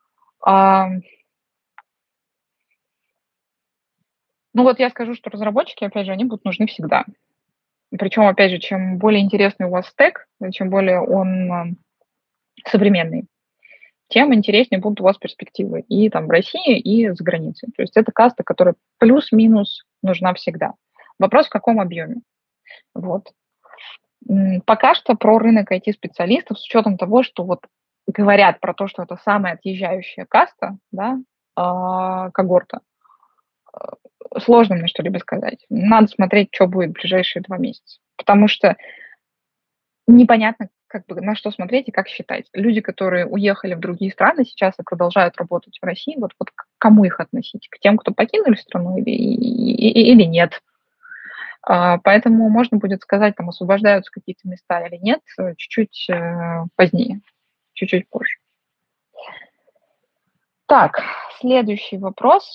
я скажу, что разработчики, опять же, они будут нужны всегда. Причем, опять же, чем более интересный у вас стек, чем более он современный, тем интереснее будут у вас перспективы и там в России, и за границей. То есть это каста, которая плюс-минус нужна всегда. Вопрос, в каком объеме. Вот. Пока что про рынок IT-специалистов, с учетом того, что говорят про то, что это самая отъезжающая каста, да, когорта, сложно мне что-либо сказать. Надо смотреть, что будет в ближайшие 2 месяца. Потому что непонятно, как бы, на что смотреть и как считать. Люди, которые уехали в другие страны сейчас и продолжают работать в России, вот к кому их относить? К тем, кто покинули страну или нет? Поэтому можно будет сказать, там, освобождаются какие-то места или нет, чуть-чуть позднее, чуть-чуть позже. Так, следующий вопрос.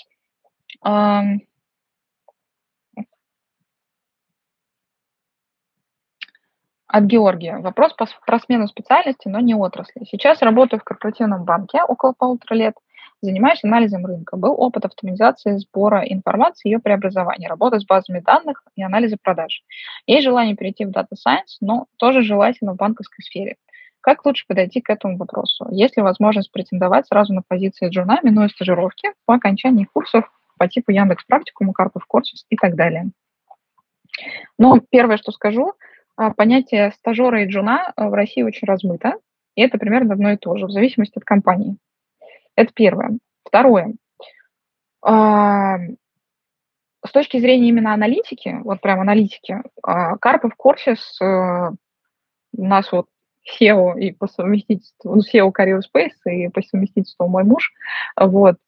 От Георгия. Вопрос про смену специальности, но не отрасли. Сейчас работаю в корпоративном банке около 1,5 лет. Занимаюсь анализом рынка. Был опыт автоматизации сбора информации и ее преобразования, работа с базами данных и анализа продаж. Есть желание перейти в Data Science, но тоже желательно в банковской сфере. Как лучше подойти к этому вопросу? Есть ли возможность претендовать сразу на позиции джуна, минуя стажировки по окончании курсов по типу Яндекс Практикума, Карпов Курсис и так далее? Но первое, что скажу, понятие стажера и джуна в России очень размыто, и это примерно одно и то же, в зависимости от компании. Это первое. Второе. С точки зрения именно аналитики, вот прям аналитики, Карпов Курсис у нас вот SEO и по совместительству, ну, SEO Career Space и по совместительству мой муж, вот,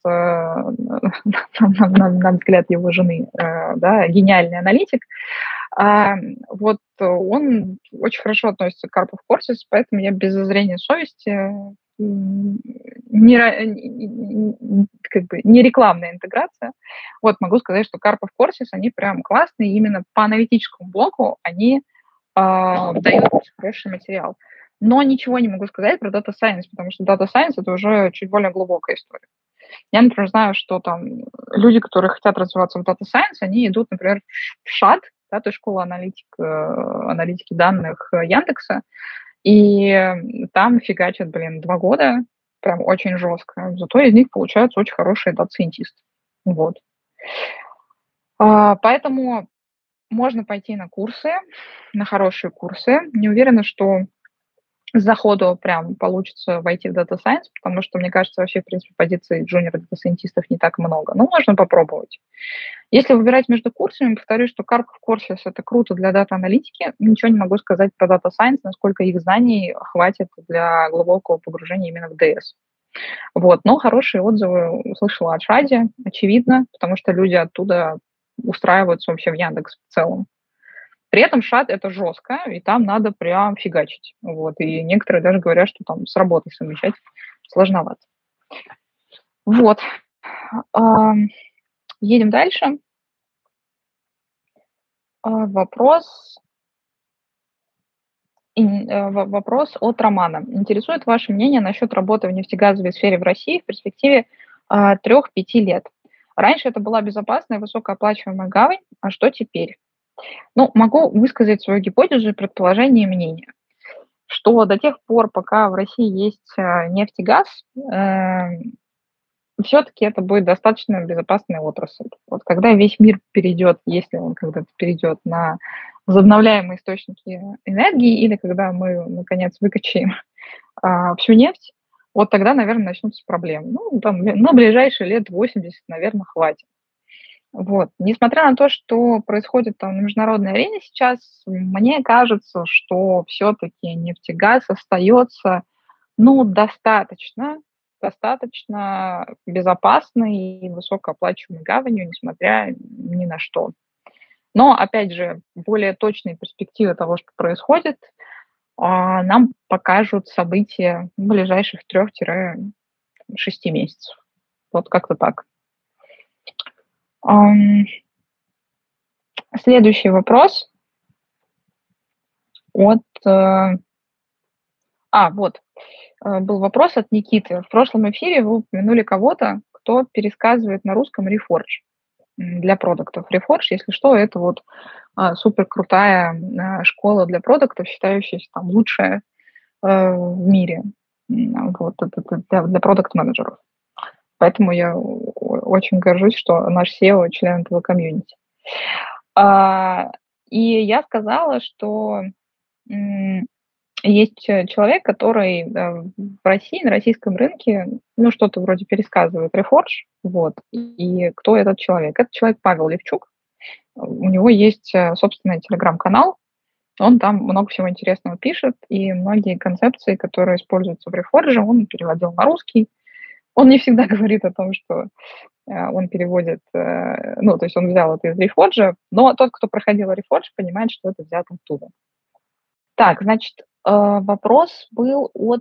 на взгляд его жены, да, гениальный аналитик, вот он очень хорошо относится к Карпов Курсис, поэтому я без зазрения совести не рекламная интеграция. Вот могу сказать, что Карпов Курсис, они прям классные, именно по аналитическому блоку они дают хороший материал. Но ничего не могу сказать про Data Science, потому что Data Science — это уже чуть более глубокая история. Я, например, знаю, что там люди, которые хотят развиваться в Data Science, они идут, например, в ШАД, да, то есть школа аналитики данных Яндекса, и там фигачат, 2 года, прям очень жестко. Зато из них получаются очень хорошие дата-сайентисты. Вот. Поэтому можно пойти на курсы, на хорошие курсы. Не уверена, что с заходу прям получится войти в Data Science, потому что, мне кажется, вообще, в принципе, позиций джуниор дата-сайентистов не так много. Но можно попробовать. Если выбирать между курсами, повторюсь, что Карпов Курсис — это круто для дата-аналитики. Ничего не могу сказать про Data Science, насколько их знаний хватит для глубокого погружения именно в DS. Вот. Но хорошие отзывы услышала от Шади, очевидно, потому что люди оттуда устраиваются вообще в Яндекс в целом. При этом ШАД — это жестко, и там надо прям фигачить. Вот. И некоторые даже говорят, что там с работой совмещать сложновато. Вот. Едем дальше. Вопрос от Романа. Интересует ваше мнение насчет работы в нефтегазовой сфере в России в перспективе 3-5 лет. Раньше это была безопасная, высокооплачиваемая гавань, а что теперь? Ну, могу высказать свою гипотезу, предположение и мнение, что до тех пор, пока в России есть нефть и газ, все-таки это будет достаточно безопасная отрасль. Вот когда весь мир перейдет, если он когда-то перейдет на возобновляемые источники энергии, или когда мы, наконец, выкачаем всю нефть, вот тогда, наверное, начнутся проблемы. Ну, там, на ближайшие лет 80, наверное, хватит. Вот. Несмотря на то, что происходит там на международной арене сейчас, мне кажется, что все-таки нефтегаз остается, ну, достаточно безопасной и высокооплачиваемой гаванью, несмотря ни на что. Но, опять же, более точные перспективы того, что происходит, нам покажут события ближайших 3-6 месяцев. Вот как-то так. Следующий вопрос от... был вопрос от Никиты. В прошлом эфире вы упомянули кого-то, кто пересказывает на русском Reforge для продуктов. Reforge, если что, это вот супер крутая школа для продуктов, считающаяся там лучшая в мире. Вот, это для продукт-менеджеров. Поэтому я очень горжусь, что наш SEO член этого комьюнити. И я сказала, что есть человек, который в России, на российском рынке, ну, что-то вроде пересказывает Reforge, вот. И кто этот человек? Это человек Павел Левчук. У него есть собственный телеграм-канал, он там много всего интересного пишет, и многие концепции, которые используются в Reforge, он переводил на русский. Он не всегда говорит о том, что он переводит, ну, то есть он взял это из Reforge, но тот, кто проходил Reforge, понимает, что это взято оттуда. Так, значит, вопрос был от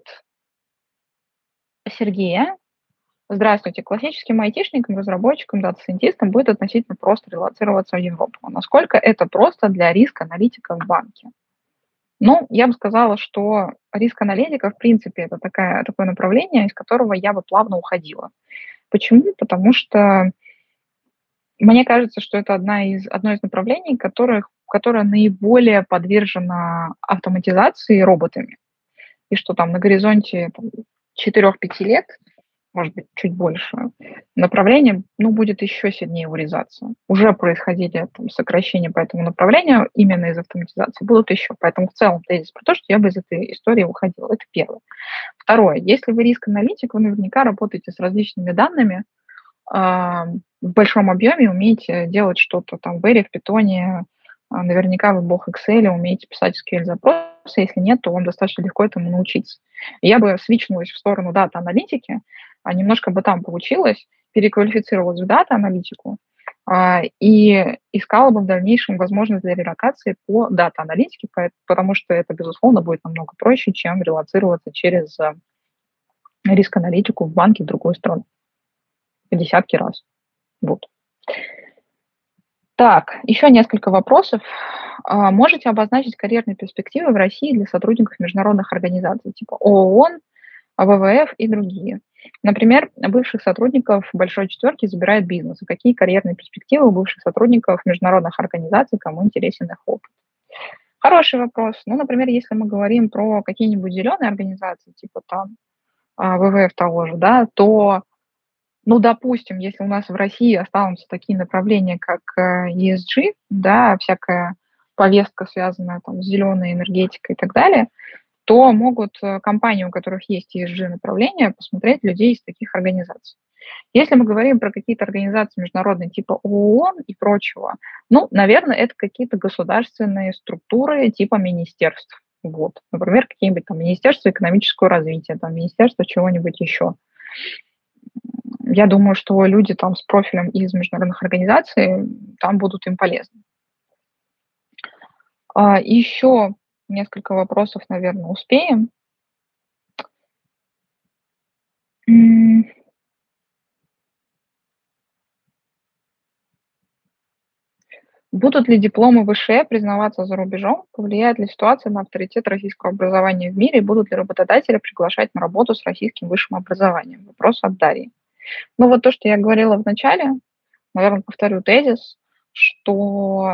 Сергея. Здравствуйте. Классическим айтишникам, разработчикам, дата-сайентистам будет относительно просто релоцироваться в Европу. Насколько это просто для риск-аналитика в банке? Ну, я бы сказала, что риск-аналитика, в принципе, это такое направление, из которого я бы плавно уходила. Почему? Потому что мне кажется, что это одно из направлений, которое наиболее подвержено автоматизации роботами. И что там на горизонте 4-5 лет, может быть, чуть больше, направление, ну, будет еще сильнее урезаться. Уже происходили там сокращения по этому направлению именно из автоматизации, будут еще. Поэтому в целом тезис про то, что я бы из этой истории уходила. Это первое. Второе. Если вы риск-аналитик, вы наверняка работаете с различными данными, в большом объеме, умеете делать что-то там в R, в Python, наверняка вы бог Excel, умеете писать SQL-запросы, если нет, то вам достаточно легко этому научиться. Я бы свичнулась в сторону дата-аналитики, немножко бы там получилось, переквалифицировалась в дата-аналитику и искала бы в дальнейшем возможность для релокации по дата-аналитике, потому что это, безусловно, будет намного проще, чем релоцироваться через риск-аналитику в банке в другую страну в десятки раз. Вот. Так, еще несколько вопросов. Можете обозначить карьерные перспективы в России для сотрудников международных организаций типа ООН, ВВФ и другие? Например, бывших сотрудников Большой Четверки забирает бизнес. Какие карьерные перспективы у бывших сотрудников международных организаций, кому интересен их опыт? Хороший вопрос. Ну, например, если мы говорим про какие-нибудь зеленые организации, типа там ВВФ того же, да, то ну, допустим, если у нас в России останутся такие направления, как ESG, да, всякая повестка, связанная там, с зеленой энергетикой и так далее, то могут компании, у которых есть ESG-направления, посмотреть людей из таких организаций. Если мы говорим про какие-то организации международные типа ООН и прочего, ну, наверное, это какие-то государственные структуры типа министерств. Вот. Например, какие-нибудь там Министерство экономического развития, там, Министерство чего-нибудь еще. Я думаю, что люди там с профилем из международных организаций там будут им полезны. Еще несколько вопросов, наверное, успеем. Будут ли дипломы ВШЭ признаваться за рубежом? Повлияет ли ситуация на авторитет российского образования в мире? И будут ли работодатели приглашать на работу с российским высшим образованием? Вопрос от Дарьи. Ну вот то, что я говорила в начале, наверное, повторю тезис, что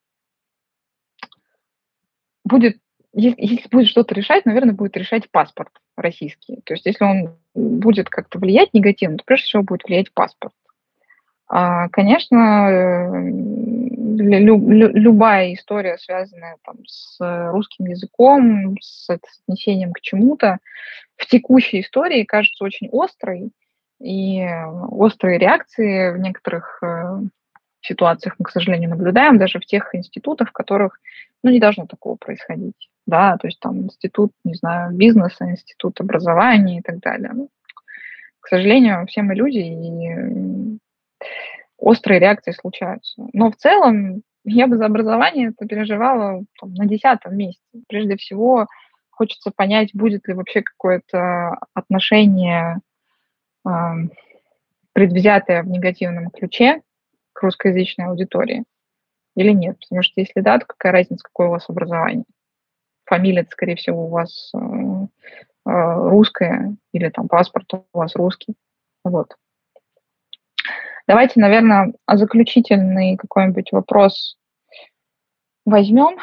будет, если будет что-то решать, наверное, будет решать паспорт российский. То есть если он будет как-то влиять негативно, то прежде всего будет влиять паспорт. Конечно, любая история, связанная там, с русским языком, с отнесением к чему-то, в текущей истории кажется очень острой, и острые реакции в некоторых ситуациях мы, к сожалению, наблюдаем даже в тех институтах, в которых ну, не должно такого происходить. Да, то есть там институт, не знаю, бизнеса, институт образования и так далее. Ну, к сожалению, все мы люди, и острые реакции случаются. Но в целом я бы за образование это переживала там, на 10-м месте. Прежде всего, хочется понять, будет ли вообще какое-то отношение предвзятое в негативном ключе к русскоязычной аудитории или нет. Потому что если да, то какая разница, какое у вас образование? Фамилия, скорее всего, у вас русская или там паспорт у вас русский. Вот. Давайте, наверное, заключительный какой-нибудь вопрос возьмем.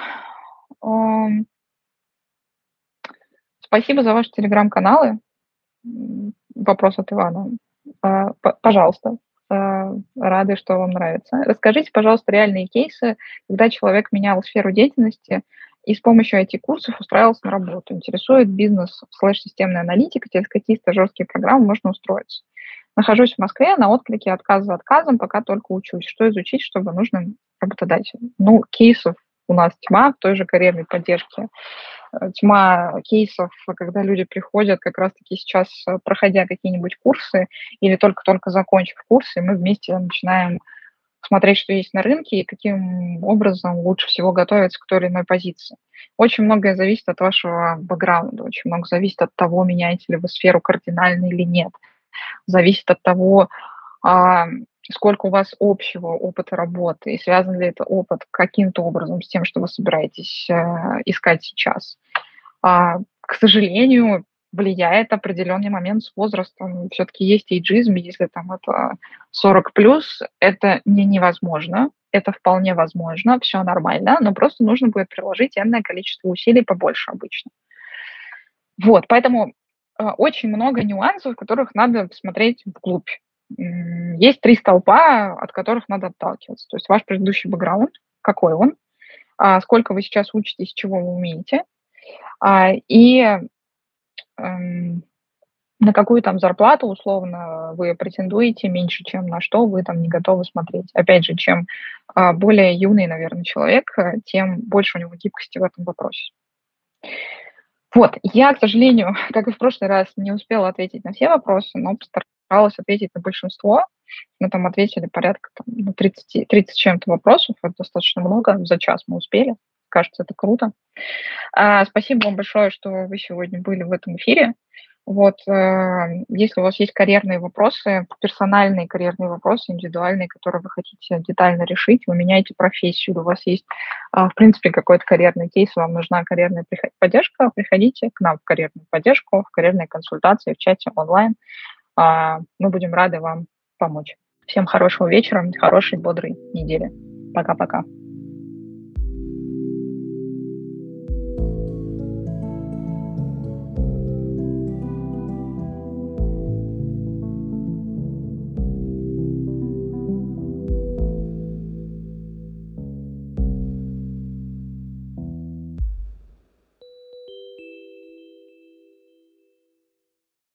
Спасибо за ваши телеграм-каналы. Вопрос от Ивана. Пожалуйста. Рады, что вам нравится. Расскажите, пожалуйста, реальные кейсы, когда человек менял сферу деятельности и с помощью IT-курсов устраивался на работу. Интересует бизнес /системная аналитика, через какие стажерские программы можно устроиться. Нахожусь в Москве, на отклике отказ за отказом, пока только учусь. Что изучить, чтобы нужным работодателям? Ну, кейсов у нас тьма в той же карьерной поддержке. Тьма кейсов, когда люди приходят как раз-таки сейчас, проходя какие-нибудь курсы или только-только закончив курсы, мы вместе начинаем смотреть, что есть на рынке и каким образом лучше всего готовиться к той или иной позиции. Очень многое зависит от вашего бэкграунда, очень много зависит от того, меняете ли вы сферу кардинально или нет. Зависит от того, а, сколько у вас общего опыта работы, и связан ли это опыт каким-то образом с тем, что вы собираетесь искать сейчас. К сожалению, влияет определенный момент с возрастом. Все-таки есть эйджизм, если там это 40 плюс, это не невозможно, это вполне возможно, все нормально, но просто нужно будет приложить энное количество усилий побольше обычно. Вот, поэтому очень много нюансов, которых надо смотреть вглубь. Есть 3 столпа, от которых надо отталкиваться. То есть ваш предыдущий бэкграунд, какой он, сколько вы сейчас учитесь, чего вы умеете, и на какую там зарплату условно вы претендуете меньше, чем на что вы там не готовы смотреть. Опять же, чем более юный, наверное, человек, тем больше у него гибкости в этом вопросе. Вот, я, к сожалению, как и в прошлый раз, не успела ответить на все вопросы, но постаралась ответить на большинство. Мы там ответили порядка 30 чем-то вопросов, это достаточно много, за час мы успели. Кажется, это круто. Спасибо вам большое, что вы сегодня были в этом эфире. Вот, если у вас есть карьерные вопросы, персональные карьерные вопросы, индивидуальные, которые вы хотите детально решить, вы меняете профессию, у вас есть, в принципе, какой-то карьерный кейс, вам нужна карьерная поддержка, приходите к нам в карьерную поддержку, в карьерные консультации, в чате онлайн. Мы будем рады вам помочь. Всем хорошего вечера, хорошей, бодрой недели. Пока-пока.